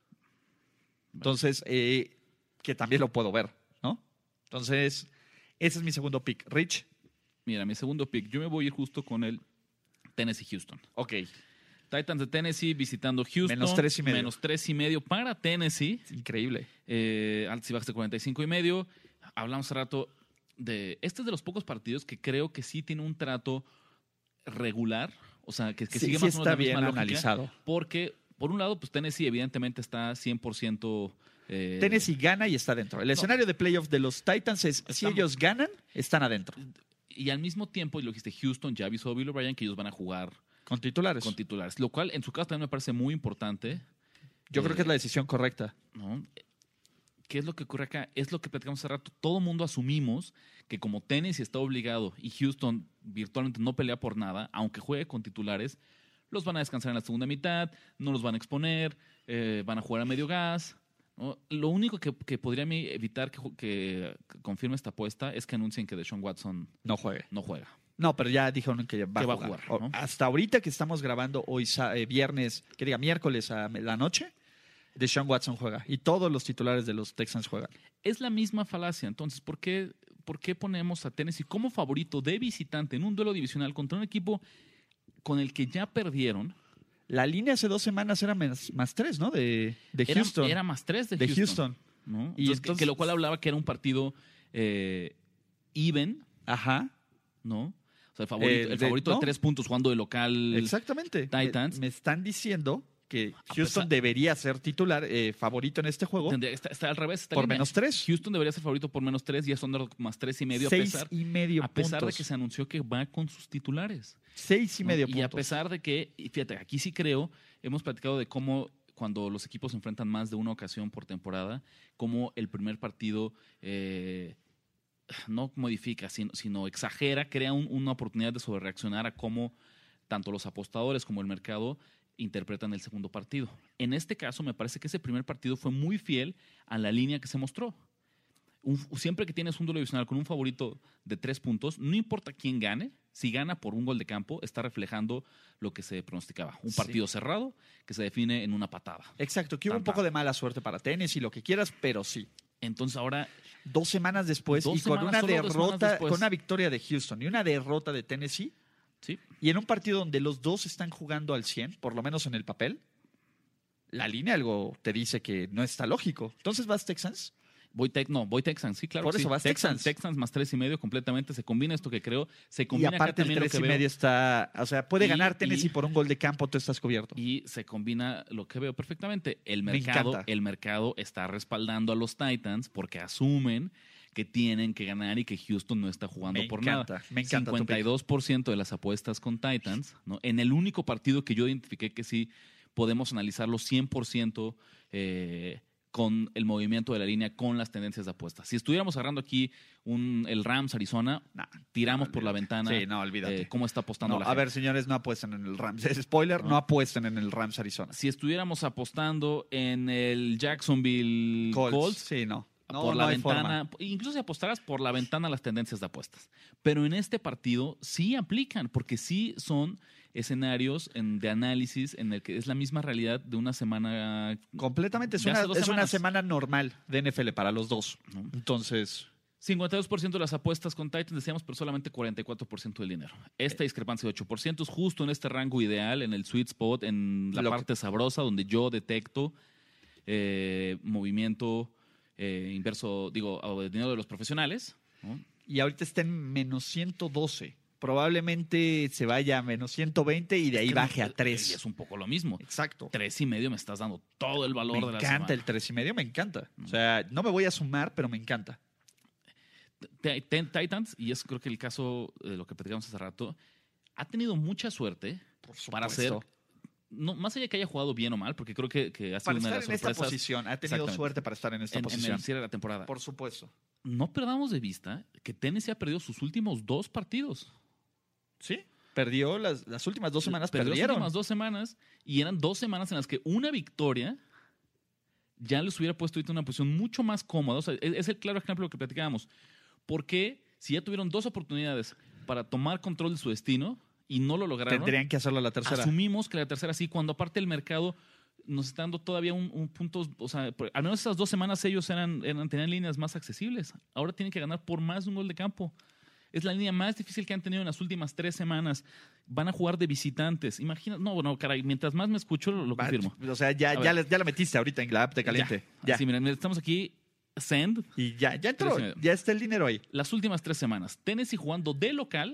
Entonces, eh, que también lo puedo ver, ¿no? Entonces, ese es mi segundo pick. Rich, Mira, mi segundo pick, yo me voy a ir justo con el Tennessee-Houston. ok. Titans de Tennessee visitando Houston. Menos tres y medio. Menos tres y medio para Tennessee. Increíble. Eh, altas y bajas de cuarenta y cinco y medio. Hablamos hace rato de... Este es de los pocos partidos que creo que sí tiene un trato regular O sea, que, que Sí, sigue sí más o menos está la misma bien lógica. analizado. Porque, por un lado, pues Tennessee evidentemente está cien por ciento... Eh, Tennessee gana y está dentro. El escenario de playoff de los Titans es, si Estamos- ellos ganan, están adentro. y al mismo tiempo, y lo dijiste, Houston ya avisó a Bill O'Brien que ellos van a jugar Con titulares. con titulares. Lo cual, en su caso, también me parece muy importante. Yo Eh, creo que es la decisión correcta. ¿no? ¿Qué es lo que ocurre acá? Es lo que platicamos hace rato. Todo mundo asumimos que como Tennessee está obligado y Houston virtualmente no pelea por nada, aunque juegue con titulares, los van a descansar en la segunda mitad, no los van a exponer, eh, van a jugar a medio gas. ¿no? Lo único que, que podría a mí evitar que, ju- que confirme esta apuesta es que anuncien que Deshaun Watson No juegue. no juega. No, pero ya dijeron que va, Que a, va a jugar. jugar, ¿no? O- Hasta ahorita que estamos grabando hoy sa- eh, viernes, que diga miércoles a la noche, Deshaun Watson juega. Y todos los titulares de los Texans juegan. Es la misma falacia. Entonces, ¿por qué, ¿por qué ponemos a Tennessee como favorito de visitante en un duelo divisional contra un equipo con el que ya perdieron? La línea hace dos semanas era más, más tres, ¿no? De, de Era- Houston. Era, más tres de de Houston. Houston. ¿no? Y Entonces, que- entonces- que lo cual hablaba que era un partido eh, even, Ajá. ¿no? O sea, el favorito, Eh, el de- favorito de no. tres puntos jugando de local. Exactamente. Titans. Me, me están diciendo que A Houston pesar- debería ser titular, eh, favorito en este juego, Tendría- está, está al revés. esta por línea. menos tres. Houston debería ser favorito por menos tres y es underdog más tres y medio. Seis a pesar, y medio a pesar puntos. de que se anunció que va con sus titulares. Seis y ¿no? medio Y puntos. a pesar de que, y fíjate, aquí sí creo, hemos platicado de cómo cuando los equipos se enfrentan más de una ocasión por temporada, cómo el primer partido eh, no modifica, sino, sino exagera, crea un- una oportunidad de sobrereaccionar a cómo tanto los apostadores como el mercado interpretan el segundo partido. En este caso, me parece que ese primer partido fue muy fiel a la línea que se mostró. Un- siempre que tienes un duelo divisional con un favorito de tres puntos, no importa quién gane, si gana por un gol de campo, está reflejando lo que se pronosticaba. Un Sí. partido cerrado que se define en una patada. Exacto, que hubo un Tan, poco tan. de mala suerte para Tennessee, lo que quieras, pero sí. Entonces ahora, Dos semanas después Dos y con semanas, una solo dos semanas derrota, después. con una victoria de Houston y una derrota de Tennessee, sí, y en un partido donde los dos están jugando al cien, por lo menos en el papel, la línea algo te dice que no está lógico. Entonces vas Texans. voy, Tex- no, voy Texans, sí, claro. Por que eso sí. vas Texans. Texans más tres y medio completamente. Se combina esto que creo. Se Y combina acá aparte el también lo tres que y veo. medio está, o sea, puede Y- ganar Tennessee y- por un gol de campo, tú estás cubierto. Y se combina lo que veo perfectamente. El Me mercado, encanta. el mercado está respaldando a los Titans porque asumen que tienen que ganar y que Houston no está jugando Me por encanta, nada. me encanta tu pick. cincuenta y dos por ciento de las apuestas con Titans, ¿no? En el único partido que yo identifiqué que sí podemos analizarlo cien por ciento eh, con el movimiento de la línea, con las tendencias de apuestas. Si estuviéramos agarrando aquí un, el Rams Arizona, Nah, tiramos no, por la olvídate. ventana Sí, no, olvídate. eh, cómo está apostando No, la a gente. ver, señores, no apuesten en el Rams. Spoiler, no, No. apuesten en el Rams Arizona. Si estuviéramos apostando en el Jacksonville Colts. Colts, Sí, no. No, por no la hay ventana, forma. incluso si apostaras por la ventana las tendencias de apuestas. Pero en este partido sí aplican, porque sí son escenarios en- de análisis en el que es la misma realidad de una semana. Completamente. Es, de una, hace dos es una semanas. semana normal de N F L para los dos. ¿no? Entonces, cincuenta y dos por ciento de las apuestas con Titans decíamos, pero solamente cuarenta y cuatro por ciento del dinero. Esta discrepancia de ocho por ciento es justo en este rango ideal, en el sweet spot, en la Lo que- parte sabrosa donde yo detecto eh, movimiento eh, inverso, digo, o de dinero de los profesionales, ¿no? y ahorita está en menos ciento doce. Probablemente se vaya a menos ciento veinte y de ahí Que baje no- a tres. Y es un poco lo mismo. Exacto. Tres y medio me estás dando todo el valor Me de la encanta semana. el tres y medio, me encanta. O sea, no me voy a sumar, pero me encanta. T- T- Titans, y es creo que el caso de lo que platicamos hace rato, ha tenido mucha suerte Por para ser, supuesto. no, más allá de que haya jugado bien o mal, porque creo que, que ha sido Para una de estar las en esta sorpresas posición. Ha tenido Exactamente. suerte para estar en esta en, en posición. el cierre de la temporada. Por supuesto. No perdamos de vista que Tennessee ha perdido sus últimos dos partidos. Sí. Perdió las, las últimas dos semanas, Perdió las perdieron. últimas dos semanas y eran dos semanas en las que una victoria ya les hubiera puesto ahorita en una posición mucho más cómoda. O sea, es, es el claro ejemplo de lo que platicábamos. Porque si ya tuvieron dos oportunidades para tomar control de su destino y no lo lograron, Tendrían que hacerlo la tercera. asumimos que la tercera sí, cuando aparte el mercado nos está dando todavía un, un punto, o sea, por- al menos esas dos semanas ellos eran, eran, tenían líneas más accesibles. Ahora tienen que ganar por más de un gol de campo. Es la línea más difícil que han tenido en las últimas tres semanas. Van a jugar de visitantes. Imagina, no, bueno, caray, mientras más me escucho, lo, lo Va, confirmo. O sea, ya, A ya, ver. le- ya la metiste ahorita en la app de Caliente. Ya. Ya. Así, miren, estamos aquí, send, Y ya, ya entró. Tres y medio. Ya está el dinero ahí. las últimas tres semanas. Tennessee jugando de local,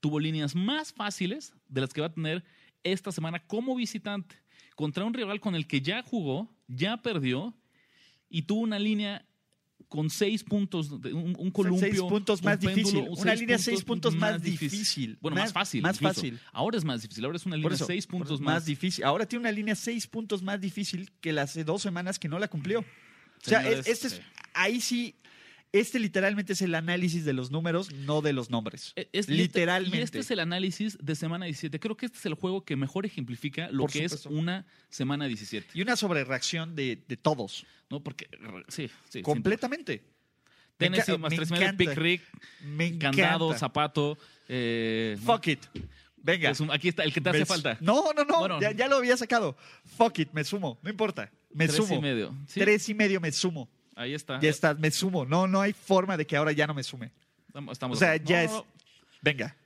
tuvo líneas más fáciles de las que va a tener esta semana como visitante, contra un rival con el que ya jugó, ya perdió y tuvo una línea con seis puntos, un, un columpio. Seis puntos más péndulo, difícil. seis Una línea seis puntos más difícil. difícil. Bueno, más, más fácil. Más incluso. fácil. Ahora es más difícil. Ahora es una línea eso, seis puntos más, más difícil. Ahora tiene una línea seis puntos más difícil que las de dos semanas que no la cumplió. O sea, Señores, es, este es, ahí sí, este literalmente es el análisis de los números, no de los nombres. Es, literalmente. Y este es el análisis de semana diecisiete. Creo que este es el juego que mejor ejemplifica lo Por que supuesto. es una semana diecisiete. Y una sobrereacción de, de todos. ¿No? Porque, sí, sí. Completamente. Tennessee Me más enca- tres y me medio, encanta. Pick Rick, Me encanta. Candado, Zapato. Eh, Fuck it. Venga. es un- aquí está, el que te Me hace s- falta. No, no, no. Bueno. ya, ya lo había sacado. Fuck it, me sumo. No importa. Me Tres sumo. y medio. ¿Sí? Tres y medio me sumo. Ahí está. Ya está, me sumo. No, no hay forma de que ahora ya no me sume. Estamos, estamos O sea, de acuerdo. ya No, es. no, no. Venga.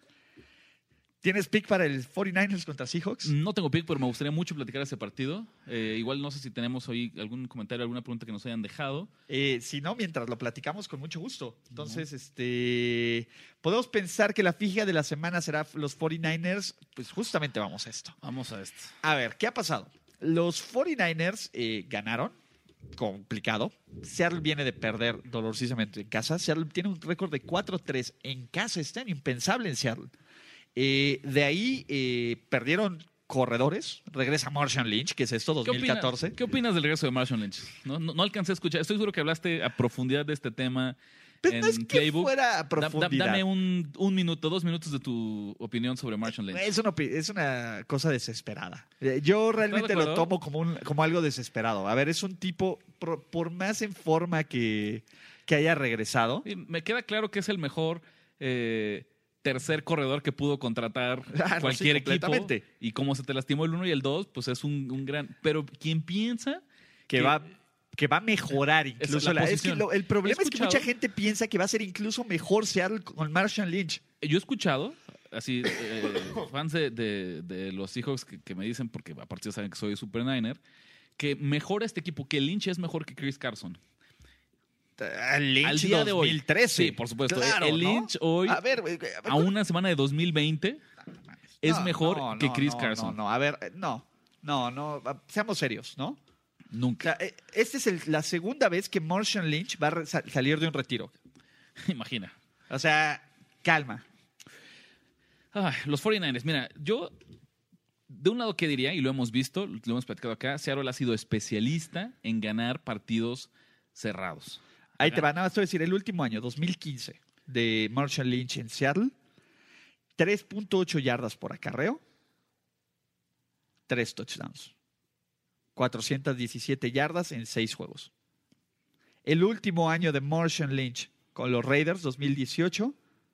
¿Tienes pick para el cuarenta y nueve ers contra Seahawks? No tengo pick, pero me gustaría mucho platicar ese partido. Eh, igual no sé si tenemos hoy algún comentario, alguna pregunta que nos hayan dejado. Eh, si no, mientras lo platicamos con mucho gusto. Entonces, este podemos pensar que la fija de la semana será los cuarenta y nueve ers. Pues justamente vamos a esto. Vamos a esto. A ver, ¿qué ha pasado? Los cuarenta y nueve ers eh, ganaron. Complicado. Seattle viene de perder dolorosamente en casa. Seattle tiene un récord de cuatro tres en casa. Está impensable en Seattle. Eh, de ahí eh, perdieron corredores. Regresa Marshawn Lynch, que es esto, ¿Qué dos mil catorce. opinas, ¿Qué opinas del regreso de Marshawn Lynch? No, no, no alcancé a escuchar. Estoy seguro que hablaste a profundidad de este tema Pues en no es que Playbook. fuera a Da- da- profundidad. dame un, un minuto, dos minutos de tu opinión sobre Marshawn Lynch. Es una, opi- es una cosa desesperada. Eh, Yo realmente lo acuerdo? tomo como, un, como algo desesperado. A ver, es un tipo, por, por más en forma que, que haya regresado. Y me queda claro que es el mejor eh, tercer corredor que pudo contratar Ah, no, cualquier sí, equipo. completamente. Y como se te lastimó el uno y el dos, pues es un, un gran... Pero quien piensa Que, que- va, que va a mejorar incluso. la la- es que posición. lo- el problema He es que escuchado- mucha gente piensa que va a ser incluso mejor Seattle con Marshawn Lynch. Yo he escuchado, así, eh, fans de, de- de los Seahawks que, que me dicen, porque aparte ya saben que soy Super Niner, que mejora este equipo, que Lynch es mejor que Chris Carson. Lynch Al día de hoy. dos mil trece. Sí, por supuesto. Claro, el ¿no? Lynch hoy, A ver, güey, a una semana de dos mil veinte, es no, mejor no, que no, Chris no, Carson. No, no, a ver, eh, no, no, no, a- seamos serios, ¿no? O Nunca. sea, eh, esta es el- la segunda vez que Marshawn Lynch va a re- sa- salir de un retiro. Imagina. O sea, calma. Ay, los cuarenta y nueve ers. Mira, yo, de un lado, ¿qué diría? Y lo hemos visto, lo hemos platicado acá. Seattle ha sido especialista en ganar partidos cerrados. Ahí te va, nada más te voy a decir, el último año, dos mil quince, de Marshawn Lynch en Seattle, tres punto ocho yardas por acarreo, tres touchdowns, cuatrocientas diecisiete yardas en seis juegos. El último año de Marshawn Lynch con los Raiders, dos mil dieciocho,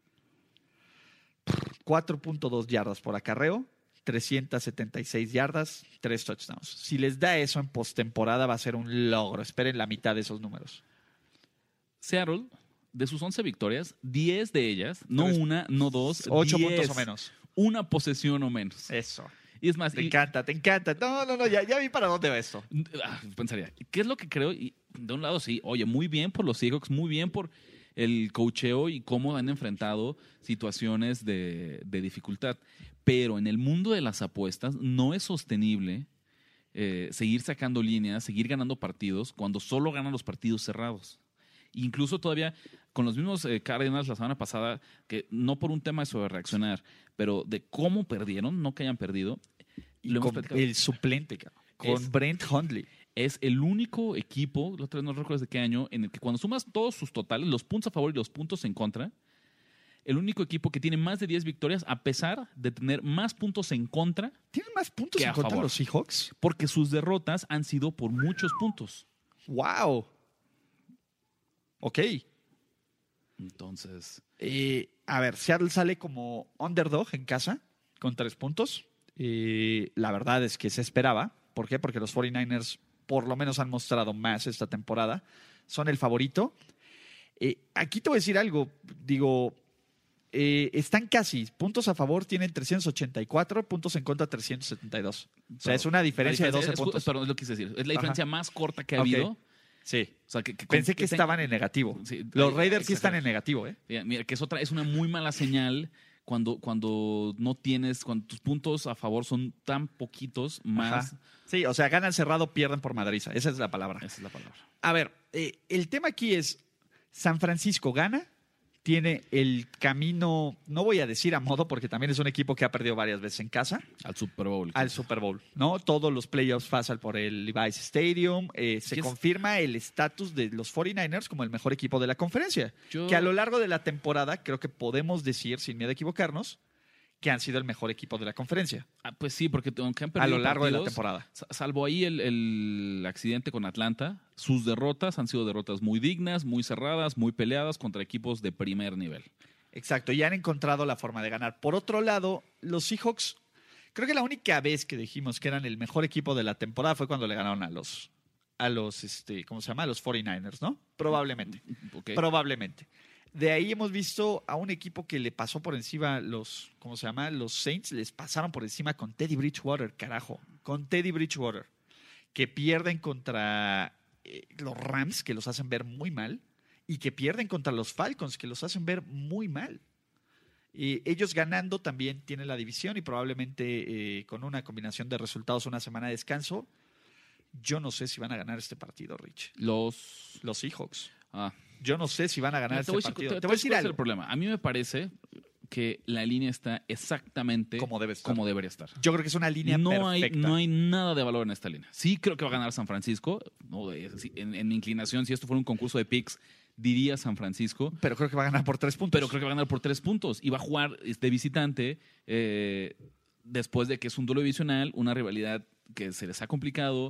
cuatro punto dos yardas por acarreo, trescientas setenta y seis yardas, tres touchdowns. Si les da eso en postemporada va a ser un logro. Esperen la mitad de esos números. Seattle, de sus once victorias, diez de ellas, no Tres- una, no dos, Ocho diez, puntos o menos. Una posesión o menos. Eso. Y es más, Te y- encanta, te encanta. No, no, no, ya, ya vi para dónde va esto. Ah, pensaría, ¿qué es lo que creo? Y de un lado, sí, oye, muy bien por los Seahawks, muy bien por el coacheo y cómo han enfrentado situaciones de, de dificultad. Pero en el mundo de las apuestas no es sostenible eh, seguir sacando líneas, seguir ganando partidos cuando solo ganan los partidos cerrados. Incluso todavía con los mismos eh, Cardinals la semana pasada, que no por un tema de sobre reaccionar, pero de cómo perdieron, no que hayan perdido. Y lo hemos con platicado. el suplente, cabrón. Con Es- Brent Hundley. Es el único equipo, la otra vez no recuerdo de qué año, en el que cuando sumas todos sus totales, los puntos a favor y los puntos en contra, el único equipo que tiene más de diez victorias a pesar de tener más puntos en contra, ¿Tienen más puntos Que en a contra favor. los Seahawks? porque sus derrotas han sido por muchos puntos. ¡Wow! Ok. Entonces, Eh, a ver, Seattle sale como underdog en casa con tres puntos. Eh, la verdad es que se esperaba. ¿Por qué? Porque los cuarenta y nueve ers por lo menos han mostrado más esta temporada. Son el favorito. Eh, aquí te voy a decir algo. Digo, eh, están casi. Puntos a favor tienen trescientos ochenta y cuatro, puntos en contra trescientos setenta y dos. O sea, es una diferencia de doce es, puntos. Perdón, es lo que quise decir. Es la Ajá. diferencia más corta que ha Ok. habido. Sí. O sea, que, que- Pensé que te- estaban en negativo. Sí, Los ahí- Raiders sí exageré. están en negativo, ¿eh? Mira, mira, que es otra, es una muy mala señal cuando, cuando no tienes, cuando tus puntos a favor son tan poquitos más. Ajá. Sí, o sea, ganan cerrado, pierden por madriza. Esa es la palabra. Esa es la palabra. A ver, eh, el tema aquí es, San Francisco gana, tiene el camino, no voy a decir a modo, porque también es un equipo que ha perdido varias veces en casa, Al Super Bowl. al Super Bowl, ¿no? Todos los playoffs pasan por el Levi's Stadium, eh, se ¿Qué es? confirma el estatus de los cuarenta y nueve ers como el mejor equipo de la conferencia, Yo- que a lo largo de la temporada creo que podemos decir, sin miedo a equivocarnos, que han sido el mejor equipo de la conferencia Ah, pues sí, porque aunque han a perdido lo largo de la partidos, temporada. sa- salvo ahí el, el accidente con Atlanta, sus derrotas han sido derrotas muy dignas, muy cerradas, muy peleadas contra equipos de primer nivel. Exacto, y han encontrado la forma de ganar. Por otro lado, los Seahawks, creo que la única vez que dijimos que eran el mejor equipo de la temporada fue cuando le ganaron a los, a los, este, ¿cómo se llama? A los cuarenta y nueve ers, ¿no? Probablemente. Ok. Probablemente. De ahí hemos visto a un equipo que le pasó por encima los, ¿cómo se llama? Los Saints les pasaron por encima con Teddy Bridgewater, carajo. Con Teddy Bridgewater. Que pierden contra eh, los Rams, que los hacen ver muy mal. Y que pierden contra los Falcons, que los hacen ver muy mal. Eh, ellos ganando también tienen la división y probablemente eh, con una combinación de resultados, una semana de descanso. Yo no sé si van a ganar este partido, Rich. Los. Los Seahawks. Ah. Yo no sé si van a ganar Mira, este te voy a decir- partido. te- Te voy a decir cuál es algo. el problema. A mí me parece que la línea está exactamente Como debe estar. como debería estar. Yo creo que es una línea No hay, perfecta. no hay nada de valor en esta línea. Sí creo que va a ganar San Francisco. No, es así, en, en mi inclinación, si esto fuera un concurso de picks, diría San Francisco. Pero creo que va a ganar por tres puntos. Pero creo que va a ganar por tres puntos. Y va a jugar de visitante eh, después de que es un duelo divisional, una rivalidad que se les ha complicado.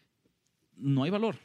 No hay valor.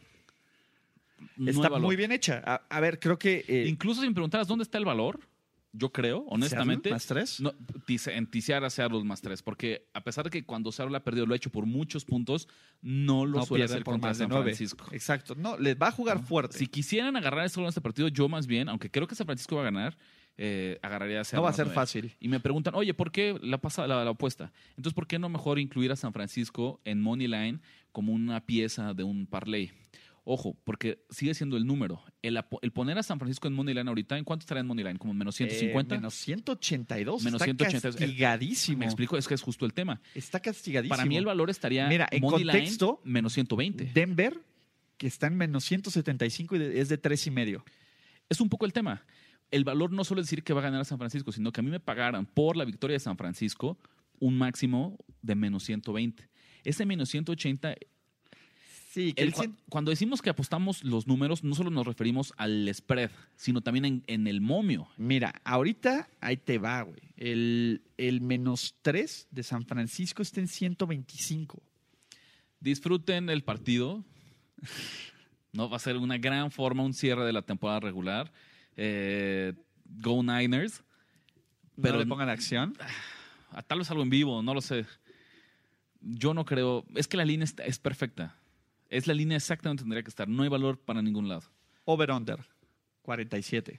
No Está hay valor. muy bien hecha. A, a ver, creo que... eh, Incluso si me preguntaras dónde está el valor, yo creo, honestamente. ¿Seattle más tres? No, tice- en tisear a Seattle más tres, porque a pesar de que cuando Seattle ha perdido lo ha hecho por muchos puntos, no lo no suele pierde hacer por contra más de San nueve. Francisco. Exacto. No, les va a jugar fuerte. Si quisieran agarrar solo en este partido, yo más bien, aunque creo que San Francisco va a ganar, eh, agarraría a Seattle No va a más ser nueve. fácil. Y me preguntan, oye, ¿por qué la, pasa, la, la apuesta? Entonces, ¿por qué no mejor incluir a San Francisco en Money Line como una pieza de un parlay? Ojo, porque sigue siendo el número. El, apo- el poner a San Francisco en Money Line ahorita, ¿en cuánto estará en Money Line? ¿Como menos ciento cincuenta? Eh, menos ciento ochenta y dos. Menos Está ciento ochenta y dos. castigadísimo. Me explico, es que es justo el tema. Está castigadísimo. Para mí el valor estaría Mira, en Money contexto, Line menos ciento veinte. Denver, que está en menos ciento setenta y cinco y de- es de tres y medio. Es un poco el tema. El valor no solo es decir que va a ganar San Francisco, sino que a mí me pagaran por la victoria de San Francisco un máximo de menos ciento veinte. Ese menos ciento ochenta, Sí, que el el cua- cien- cuando decimos que apostamos los números, no solo nos referimos al spread, sino también en, en el momio. Mira, ahorita ahí te va, güey. El, el menos tres de San Francisco está en ciento veinticinco. Disfruten el partido. No va a ser una gran forma, un cierre de la temporada regular. Eh, Go Niners. Pero Pero no le pongan acción. a- tal vez algo en vivo, no lo sé. Yo no creo. Es que la línea está- es perfecta. Es la línea exacta donde tendría que estar. No hay valor para ningún lado. Over-under, cuarenta y siete.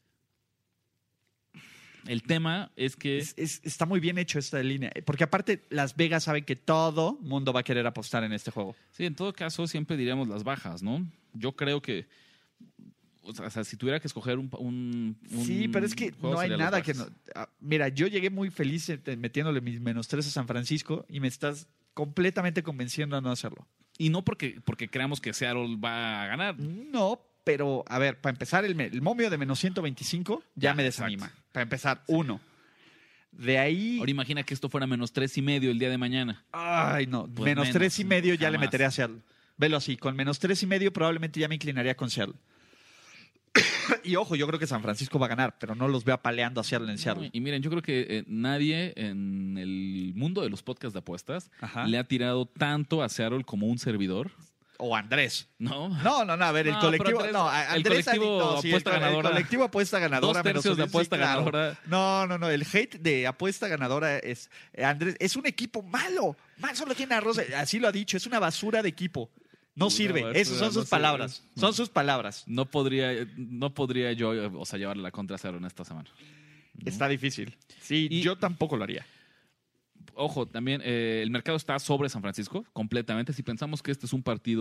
El tema es que Es- es- está muy bien hecho esta línea. Porque aparte, Las Vegas saben que todo mundo va a querer apostar en este juego. sí, en todo caso siempre diríamos las bajas, ¿no? Yo creo que o sea, o sea, si tuviera que escoger un, un- un Sí, pero es que juego, no hay sería las nada que... bajas. No, ah, mira, yo llegué muy feliz eh, metiéndole mis menos tres a San Francisco y me estás completamente convenciendo a no hacerlo. Y no porque, porque creamos que Seattle va a ganar. No, pero a ver, para empezar, el, me- el momio de menos ciento veinticinco ya, Ya, me desanima. exacto. Para empezar, uno. De ahí... Ahora imagina que esto fuera menos tres y medio el día de mañana. Ay, no. Pues menos menos, tres y medio ya le jamás. meteré a Seattle. Velo así, con menos tres y medio probablemente ya me inclinaría con Seattle. Y ojo, yo creo que San Francisco va a ganar, pero no los veo apaleando a Seattle en Seattle. No, y miren, yo creo que eh, nadie en el mundo de los podcasts de apuestas Ajá. le ha tirado tanto a Seattle como un servidor, O Andrés. ¿no? No, no, no, a ver, el No, colectivo. pero Andrés- no, a- el Andrés colectivo no, sí, el apuesta co- el ganadora. colectivo apuesta ganadora. Dos tercios menos- de sí, apuesta claro. ganadora. No, no, no. El hate de apuesta ganadora es. eh, Andrés, es un equipo malo. Mal solo tiene arroz. Así lo ha dicho. Es una basura de equipo. No Una sirve. basura, Esas son no sus sirve. palabras. No. Son sus palabras. No podría, no podría yo, eh, o sea, llevarle la contra a Seattle en esta semana. Está difícil. Sí, Y- yo tampoco lo haría. Ojo, también eh, el mercado está sobre San Francisco completamente. Si pensamos que este es un partido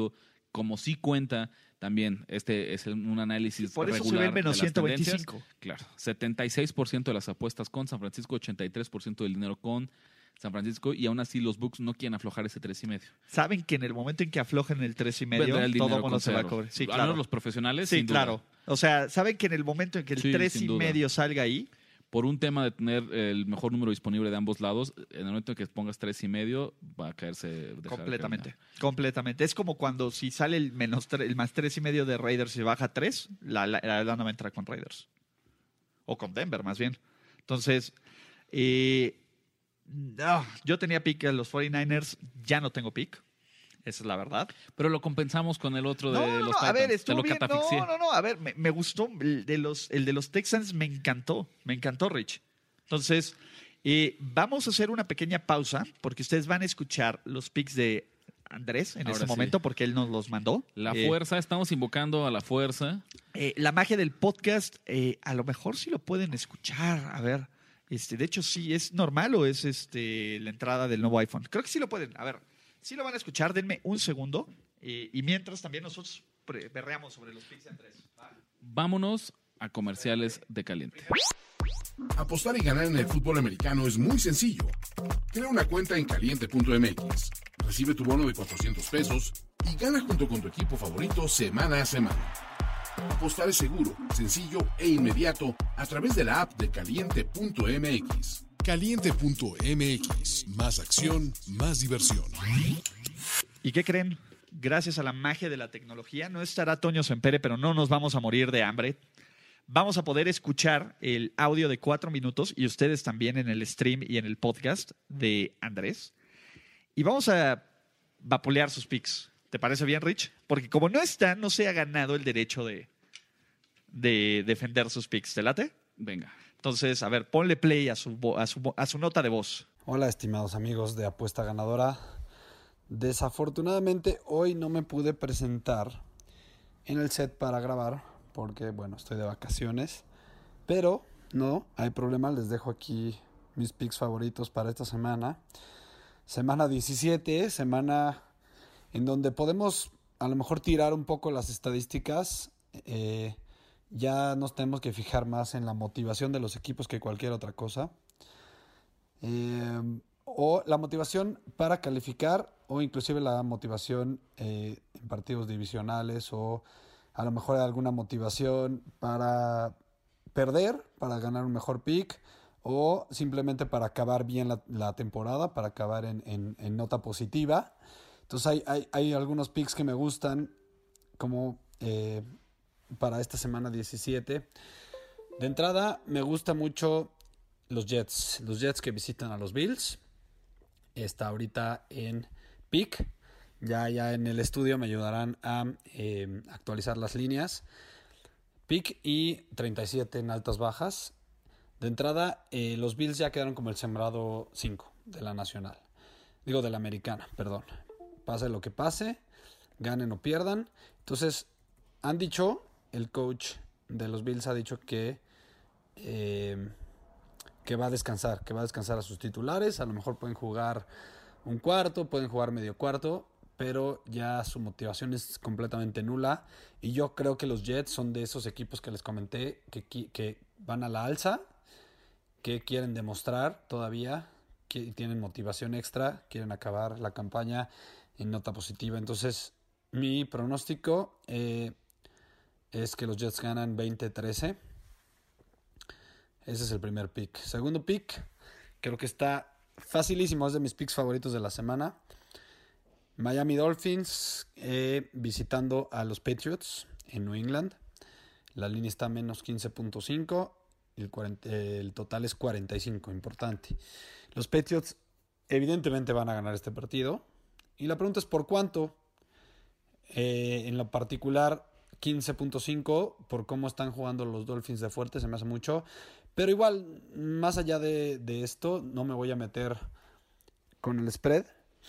como sí cuenta también, este es un análisis Por eso regular se ve el menos de las ciento veinticinco. tendencias. Claro, setenta y seis por ciento de las apuestas con San Francisco, ochenta y tres por ciento del dinero con San Francisco, y aún así los Bucks no quieren aflojar ese tres y medio. Saben que en el momento en que aflojen el tres y medio, Vendrá el todo dinero mundo con se va a cerro. cobrar. Sí, Al claro. menos los profesionales, Sí, sin duda. claro. O sea, saben que en el momento en que el Sí, tres sin y duda. medio salga ahí, Por un tema de tener el mejor número disponible de ambos lados, en el momento en que pongas tres y medio, va a caerse. dejar de completamente. caminar. Completamente. Es como cuando si sale el menos tre- el más tres y medio de Raiders y baja tres, la, la, la lana va a entrar con Raiders. O con Denver, más bien. Entonces, eh, no, yo tenía pick a los cuarenta y nueve ers, ya no tengo pick. Esa es la verdad. Pero lo compensamos con el otro de No, no, los no, Titans. a ver, Te estuvo lo bien. catafixié. No, no, no, a ver, me, me gustó. El de, los, el de los Texans me encantó. Me encantó, Rich. Entonces, eh, vamos a hacer una pequeña pausa porque ustedes van a escuchar los picks de Andrés en Ahora este sí. momento porque él nos los mandó. La Eh, fuerza, estamos invocando a la fuerza. eh, la magia del podcast, eh, a lo mejor sí lo pueden escuchar. A ver, este, de hecho, sí, ¿es normal o es este la entrada del nuevo iPhone? Creo que sí lo pueden. A ver, sí lo van a escuchar. Denme un segundo. Eh, y mientras también nosotros pre- berreamos sobre los picks de Andrés. ¿Va? Vámonos a comerciales de caliente. Apostar y ganar en el fútbol americano es muy sencillo. Crea una cuenta en caliente punto m x, recibe tu bono de cuatrocientos pesos y gana junto con tu equipo favorito semana a semana. Apostar es seguro, sencillo e inmediato a través de la app de caliente punto m x. Caliente punto m x. Más acción, más diversión. ¿Y qué creen? Gracias a la magia de la tecnología, no estará Toño Sempere, pero no nos vamos a morir de hambre. Vamos a poder escuchar el audio de cuatro minutos y ustedes también en el stream y en el podcast de Andrés. Y vamos a vapulear sus picks. ¿Te parece bien, Rich? Porque como no está, no se ha ganado el derecho de, de defender sus picks. ¿Te late? Venga. Entonces, a ver, ponle play a su, vo- a su, vo- a su nota de voz. Hola, estimados amigos de Apuesta Ganadora. Desafortunadamente hoy no me pude presentar en el set para grabar porque, bueno, estoy de vacaciones. Pero no hay problema, les dejo aquí mis picks favoritos para esta semana. Semana diecisiete, semana en donde podemos a lo mejor tirar un poco las estadísticas. Eh, ya nos tenemos que fijar más en la motivación de los equipos que cualquier otra cosa. Eh, o la motivación para calificar o inclusive la motivación eh, en partidos divisionales o a lo mejor alguna motivación para perder, para ganar un mejor pick o simplemente para acabar bien la, la temporada, para acabar en, en, en nota positiva. Entonces hay, hay, hay algunos picks que me gustan como eh, para esta semana diecisiete. De entrada me gusta mucho los Jets, los Jets que visitan a los Bills. Está ahorita en pick. Ya, ya en el estudio me ayudarán a eh, actualizar las líneas. Pick y treinta y siete en altas bajas. De entrada, eh, los Bills ya quedaron como el sembrado cinco de la nacional. Digo, de la americana, perdón. Pase lo que pase, ganen o pierdan. Entonces, han dicho, el coach de los Bills ha dicho que, eh, que va a descansar, que va a descansar a sus titulares. A lo mejor pueden jugar un cuarto, pueden jugar medio cuarto, pero ya su motivación es completamente nula. Y yo creo que los Jets son de esos equipos que les comenté que, que van a la alza, que quieren demostrar todavía, que tienen motivación extra, quieren acabar la campaña en nota positiva. Entonces, mi pronóstico eh, es que los Jets ganan veinte trece. Ese es el primer pick. Segundo pick, creo que está facilísimo, es de mis picks favoritos de la semana. Miami Dolphins eh, visitando a los Patriots en New England. La línea está a menos quince punto cinco. El, cuarenta, el total es cuarenta y cinco, importante. Los Patriots evidentemente van a ganar este partido. Y la pregunta es ¿por cuánto? Eh, en lo particular, quince punto cinco, por cómo están jugando los Dolphins de fuerte, se me hace mucho. Pero igual, más allá de, de esto, no me voy a meter con el spread.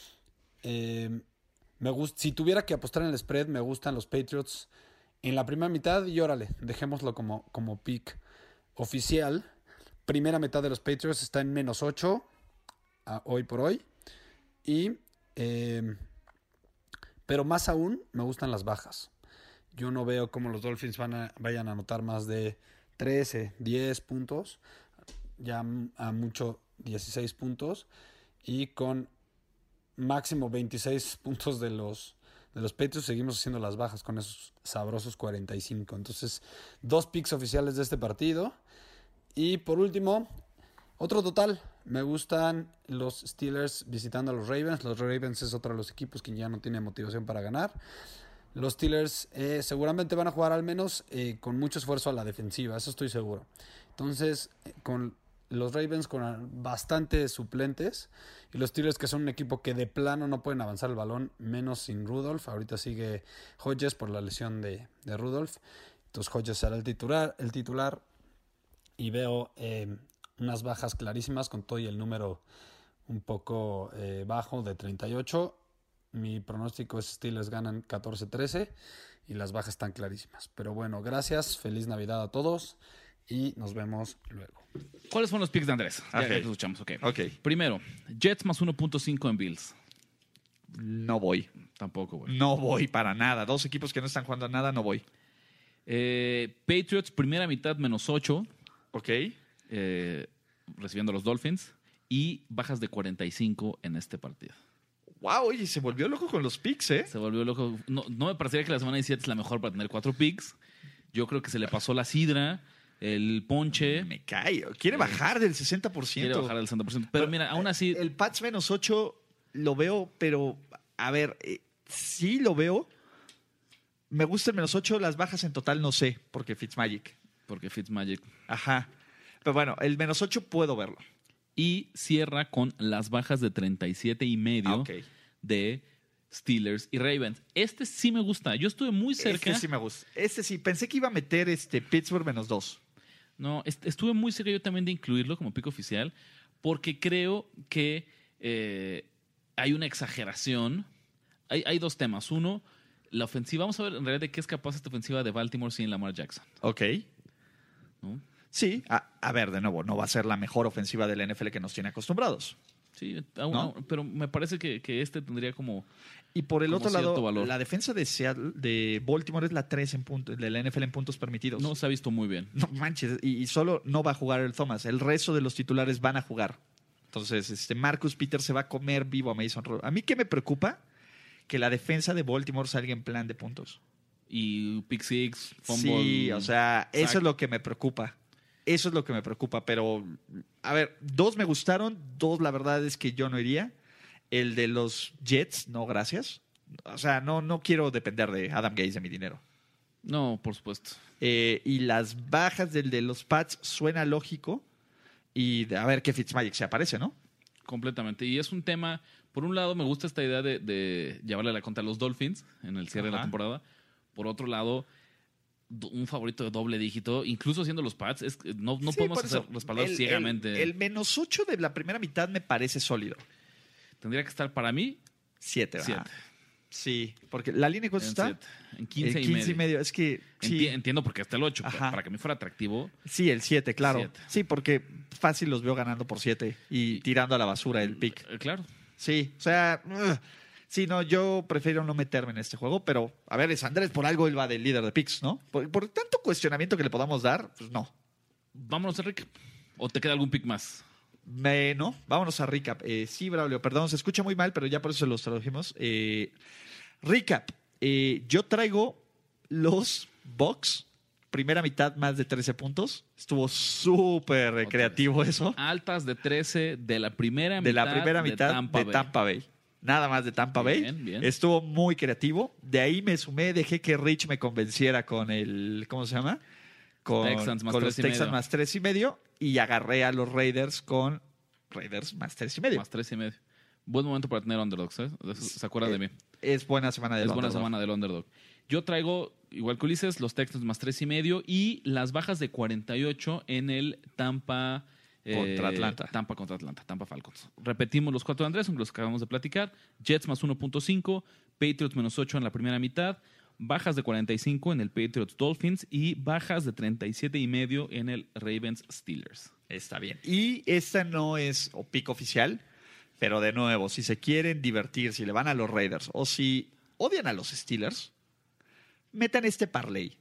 Eh, me gust- si tuviera que apostar en el spread, me gustan los Patriots en la primera mitad y órale, dejémoslo como, como pick oficial. Primera mitad de los Patriots está en menos ocho a, hoy por hoy. Y eh, Pero más aún, me gustan las bajas. Yo no veo cómo los Dolphins van a, vayan a anotar más de trece, diez puntos. Ya a mucho dieciséis puntos. Y con máximo veintiséis puntos de los, de los Patriots seguimos haciendo las bajas con esos sabrosos cuarenta y cinco. Entonces, dos picks oficiales de este partido. Y por último, otro total. Me gustan los Steelers visitando a los Ravens. Los Ravens es otro de los equipos que ya no tiene motivación para ganar. Los Steelers eh, seguramente van a jugar al menos eh, con mucho esfuerzo a la defensiva. Eso estoy seguro. Entonces, eh, con los Ravens con bastantes suplentes y los Steelers que son un equipo que de plano no pueden avanzar el balón, menos sin Rudolph. Ahorita sigue Hodges por la lesión de, de Rudolph. Entonces Hodges será el titular, el titular y veo eh, unas bajas clarísimas con todo y el número un poco eh, bajo de treinta y ocho. Mi pronóstico es Steelers ganan catorce trece y las bajas están clarísimas. Pero bueno, gracias, feliz Navidad a todos y nos vemos luego. ¿Cuáles son los picks de Andrés? Ya Ok. que te escuchamos, ok. Ok. Primero, Jets más uno punto cinco en Bills. No voy. Tampoco, güey. No voy para nada. Dos equipos que no están jugando a nada, no voy. Eh, Patriots, primera mitad menos ocho, Ok. eh, recibiendo a los Dolphins. Y bajas de cuarenta y cinco en este partido. Wow, oye, se volvió loco con los picks, ¿eh? Se volvió loco. No, no me parecería que la semana diecisiete es la mejor para tener cuatro picks. Yo creo que se le pasó la sidra, el ponche. Me cae. Quiere bajar del sesenta por ciento. Quiere bajar al sesenta por ciento. Pero mira, aún así. El Pats menos ocho lo veo, pero a ver, eh, sí lo veo. Me gusta el menos ocho, las bajas en total no sé, porque Fitzmagic. Porque Fitzmagic. Ajá. Pero bueno, el menos ocho puedo verlo. Y cierra con las bajas de treinta y siete y medio Ah, ok. de Steelers y Ravens. Este sí me gusta. Yo estuve muy cerca. Este sí me gusta. Este sí. Pensé que iba a meter este Pittsburgh menos dos. No, est- estuve muy cerca yo también de incluirlo como pico oficial, porque creo que eh, hay una exageración. Hay, hay dos temas. Uno, la ofensiva. Vamos a ver en realidad de qué es capaz esta ofensiva de Baltimore sin Lamar Jackson. Ok. ¿No? Sí. A, a ver, de nuevo, no va a ser la mejor ofensiva del N F L que nos tiene acostumbrados. Sí, aún- ¿No? aún- pero me parece que, que este tendría como... Y por el Como otro cierto lado, valor. la defensa de Seattle, de Baltimore es la tres en puntos, de la N F L en puntos permitidos. No se ha visto muy bien. No manches, y, y solo no va a jugar el Thomas. El resto de los titulares van a jugar. Entonces, este Marcus Peters se va a comer vivo a Mason Rudolph. A mí qué me preocupa que la defensa de Baltimore salga en plan de puntos. Y pick six, fumble... Sí, o sea, sack. eso es lo que me preocupa. Eso es lo que me preocupa. Pero, a ver, dos me gustaron, dos la verdad es que yo no iría. El de los Jets, no, gracias. O sea, no, no quiero depender de Adam Gase de mi dinero. No, por supuesto. Eh, y las bajas del de los Pats suena lógico. Y de- a ver qué Fitzmagic se aparece, ¿no? Completamente. Y es un tema... Por un lado, me gusta esta idea de, de llevarle la contra a los Dolphins en el cierre de la Ajá. temporada. Por otro lado, do- un favorito de doble dígito, incluso siendo los Pats, es, que no, no Sí, podemos por eso, hacer respaldar el- ciegamente. El, el menos ocho de la primera mitad me parece sólido. Tendría que estar para mí Siete, ¿verdad? siete. Sí, porque la línea En, cuánto está. siete. En quince, En y, quince medio. y medio. Es que sí, Enti- entiendo porque está el ocho. Ajá. Para que a mí fuera atractivo. sí, el siete, claro. Siete. Sí, porque fácil los veo ganando por siete y tirando a la basura el pick. eh, Claro. Sí, o sea, ugh. sí, no, yo prefiero no meterme en este juego, pero a ver, es Andrés, por algo él va del líder de picks, ¿no? Por, por tanto cuestionamiento que le podamos dar, pues no. Vámonos, Enrique. ¿O te queda algún pick más? Me, no, vámonos a recap. Eh, sí, Braulio, perdón, se escucha muy mal, pero ya por eso los tradujimos. Eh, recap. Eh, yo traigo los Bucks, primera mitad más de trece puntos. Estuvo súper Otra creativo eso. Altas de trece de la primera De mitad la primera mitad de Tampa, de Bay. Tampa Bay. Nada más de Tampa Bay. Bien, bien. Estuvo muy creativo. De ahí me sumé, dejé que Rich me convenciera con el, ¿cómo se llama? Con, Texans más con los tres y Texans medio. más tres y medio. Y agarré a los Raiders con Raiders más tres y medio. Más tres y medio. Buen momento para tener underdogs, ¿eh? ¿Se acuerdan de mí? Es buena semana de Es buena semana del underdog. Yo traigo, igual que Ulises, los Texans más tres y medio y las bajas de cuarenta y ocho en el Tampa... eh, Contra Atlanta. Tampa contra Atlanta, Tampa Falcons. Repetimos los cuatro de Andrés, los que acabamos de platicar. Jets más uno punto cinco, Patriots menos ocho en la primera mitad, bajas de cuarenta y cinco en el Patriots Dolphins y bajas de treinta y siete y medio en el Ravens Steelers. Está bien. Y esta no es o pick oficial, pero de nuevo, si se quieren divertir, si le van a los Raiders o si odian a los Steelers, metan este parlay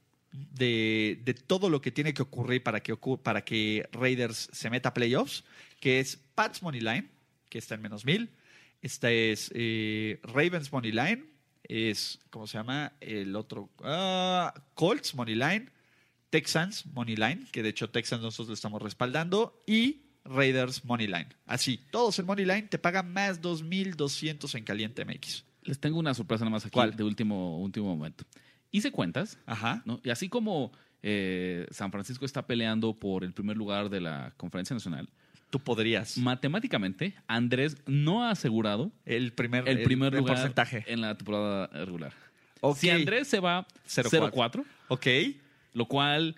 de, de todo lo que tiene que ocurrir para que, ocur- para que Raiders se meta a playoffs, que es Pats Money Line, que está en menos mil. Esta es eh, Ravens Money Line, es, ¿cómo se llama? El otro, uh, Colts Money Line, Texans Money Line, que de hecho Texans nosotros lo estamos respaldando, y Raiders Money Line. Así, todos en Money Line te pagan más dos mil doscientos en Caliente M X. Les tengo una sorpresa nada más aquí. ¿Cuál? De último, último momento. Hice cuentas, Ajá. ¿no? Y así como eh, San Francisco está peleando por el primer lugar de la Conferencia Nacional, Tú podrías. matemáticamente Andrés no ha asegurado El primer, el primer el lugar porcentaje. en la temporada regular. Ok. Si Andrés se va cero cero cuatro, Ok. lo cual,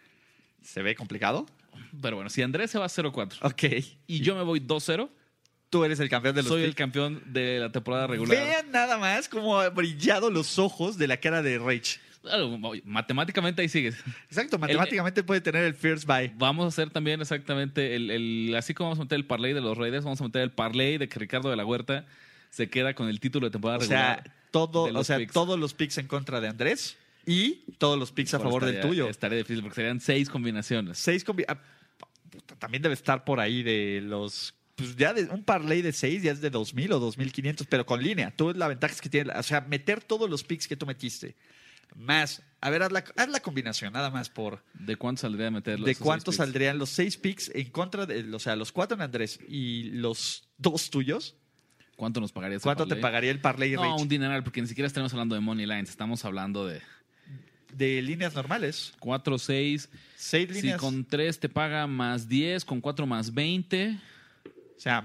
¿Se ve complicado? pero bueno, si Andrés se va cero cuatro Ok. y yo me voy dos cero, Tú eres el campeón de los soy el picks. campeón de la temporada regular. Vean nada más cómo han brillado los ojos de la cara de Rage. Claro, matemáticamente ahí sigues. Exacto, matemáticamente puede tener el first buy. Vamos a hacer también exactamente el, el así como vamos a meter el parlay de los Raiders, vamos a meter el parlay de que Ricardo de la Huerta se queda con el título de temporada O sea, regular. todo, de los o sea picks. todos los picks en contra de Andrés y todos los picks a Bueno, favor del estaría- tuyo. Estaría difícil porque serían seis combinaciones. Seis combi- ah, puta, también debe estar por ahí de los... Pues ya de, un parlay de seis ya es de dos mil o dos mil quinientos, pero con línea. Tú la ventaja es que tiene... O sea, meter todos los picks que tú metiste. Más... A ver, haz la, haz la combinación, nada más por... ¿De cuánto saldría meter los ¿De esos cuánto seis picks? saldrían los seis picks en contra de... O sea, los cuatro en Andrés y los dos tuyos? ¿Cuánto nos pagaría ese ¿Cuánto te parlay? pagaría el parlay No, Rich? un dineral, porque ni siquiera estamos hablando de money lines, estamos hablando de De líneas normales. cuatro, seis. Seis Si líneas. con tres te paga más diez, con cuatro más veinte. O sea,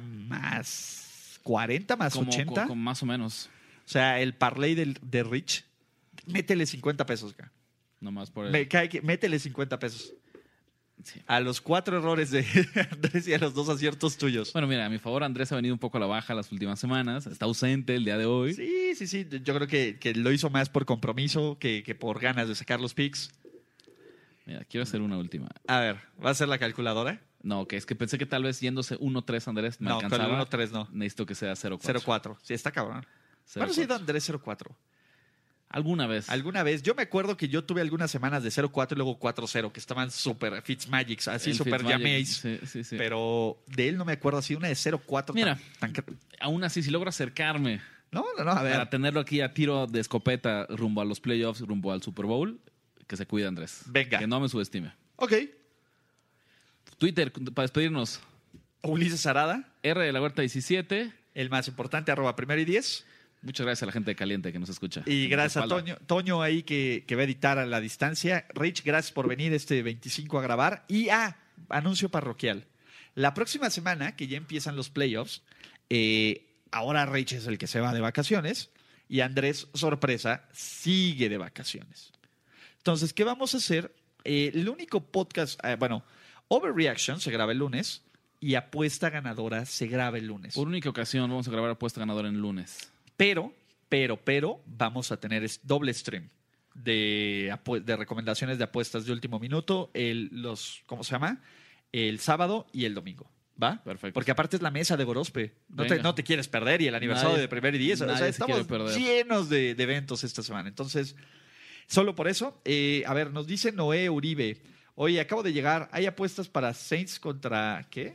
más cuarenta, más Como, ochenta. con- con más o menos. O sea, el parlay del, de Rich, métele cincuenta pesos. Acá. Nomás por el... Me cae que- métele cincuenta pesos. Sí. A los cuatro errores de Andrés y a los dos aciertos tuyos. Bueno, mira, a mi favor, Andrés ha venido un poco a la baja las últimas semanas. Está ausente el día de hoy. Sí, sí, sí. Yo creo que, que lo hizo más por compromiso que, que por ganas de sacar los picks. Mira, quiero hacer una última. A ver, ¿va a ser la calculadora? No, que es que pensé que tal vez yéndose uno tres Andrés me No, con el alcanzaba. uno tres no. Necesito que sea cero cuatro. cero cuatro. Sí, está cabrón. ¿Cuándo se ha ido Andrés cero cuatro? Alguna vez. Alguna vez. Yo me acuerdo que yo tuve algunas semanas de cero cuatro y luego cuatro cero, que estaban súper Fitzmagics, así El súper Fitzmagic, llaméis. Sí, sí, sí. Pero de él no me acuerdo así, una de cero cuatro. Mira. tan- tan- Aún así, si logro acercarme No, no, no, a ver. para tenerlo aquí a tiro de escopeta rumbo a los playoffs, rumbo al Super Bowl, que se cuide Andrés. Venga. Que no me subestime. Ok. Twitter, para despedirnos. Ulises Arada, R de la Huerta diecisiete. el más importante, arroba primero y diez. Muchas gracias a la gente de Caliente que nos escucha. Y Nos gracias a respalda. Toño, Toño ahí que, que va a editar a la distancia. Rich, gracias por venir este veinticinco a grabar. Y, ah, anuncio parroquial. La próxima semana, que ya empiezan los playoffs, eh, ahora Rich es el que se va de vacaciones y Andrés, sorpresa, sigue de vacaciones. Entonces, ¿qué vamos a hacer? Eh, el único podcast, eh, bueno, Overreaction se graba el lunes y Apuesta Ganadora se graba el lunes. Por única ocasión vamos a grabar apuesta ganadora en lunes. Pero, pero, pero, vamos a tener es- doble stream de, apu- de recomendaciones de apuestas de último minuto, el, los, ¿cómo se llama? El sábado y el domingo. ¿Va? Perfecto. Porque aparte es la mesa de Gorospe. No te, Venga. no te quieres perder y el aniversario Nadie- de primer y diez. O nadie sea, se estamos quiere perder. llenos de, de eventos esta semana. Entonces, solo por eso. eh, a ver, nos dice Noé Uribe. Oye, acabo de llegar. ¿Hay apuestas para Saints contra qué?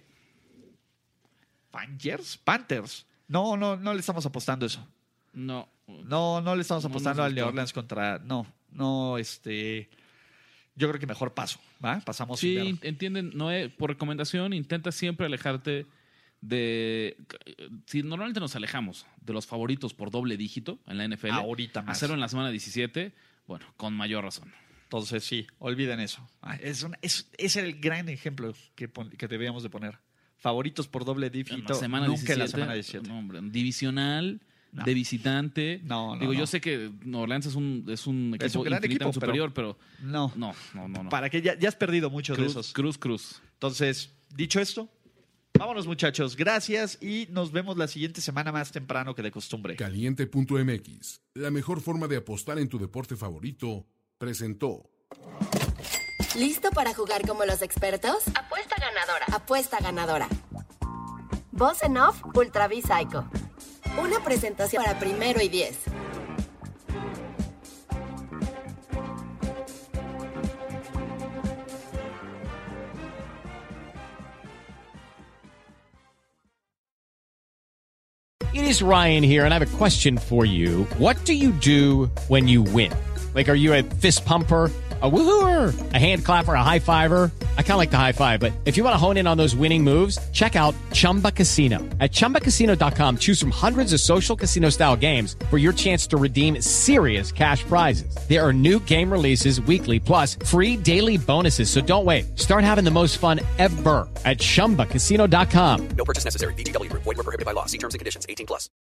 ¿Panthers? Panthers. No, no, no le estamos apostando eso. No. No, no le estamos No apostando nos al New gustó. Orleans contra. No, no, este. Yo creo que mejor paso, ¿va? Pasamos sin Sí, ver. entienden, Noé, por recomendación, intenta siempre alejarte de... Si normalmente nos alejamos de los favoritos por doble dígito en la N F L, Ahorita más. hacerlo en la semana diecisiete, bueno, con mayor razón. Entonces, sí, olviden eso. Ah, es, una- es, es el gran ejemplo que, pon- que debíamos de poner. Favoritos por doble En dígito, la semana nunca diecisiete, en la semana diecisiete. no, hombre, divisional, No. de visitante. No, no, Digo, no. yo sé que New Orleans es un, es un equipo Es un gran infinitamente equipo, pero- superior, pero, No, no, no, no. no. para que ya, ya has perdido muchos de Cruz, esos. cruz, cruz. Entonces, dicho esto, vámonos muchachos. Gracias y nos vemos la siguiente semana más temprano que de costumbre. Caliente punto m x, la mejor forma de apostar en tu deporte favorito, presentó. ¿Listo para jugar como los expertos? Apuesta ganadora. Apuesta ganadora. Voz en off, Ultra V Psycho. Una presentación para primero y diez. It is Ryan here, and I have a question for you. What do you do when you win? Like, are you a fist pumper, a woohooer, a hand clapper, a high fiver? I kind of like the high five, but if you want to hone in on those winning moves, check out Chumba Casino. At chumba casino dot com, choose from hundreds of social casino style games for your chance to redeem serious cash prizes. There are new game releases weekly, plus free daily bonuses. So don't wait. Start having the most fun ever at chumba casino dot com. No purchase necessary. V G W Group. Void where prohibited by law. See terms and conditions. eighteen plus.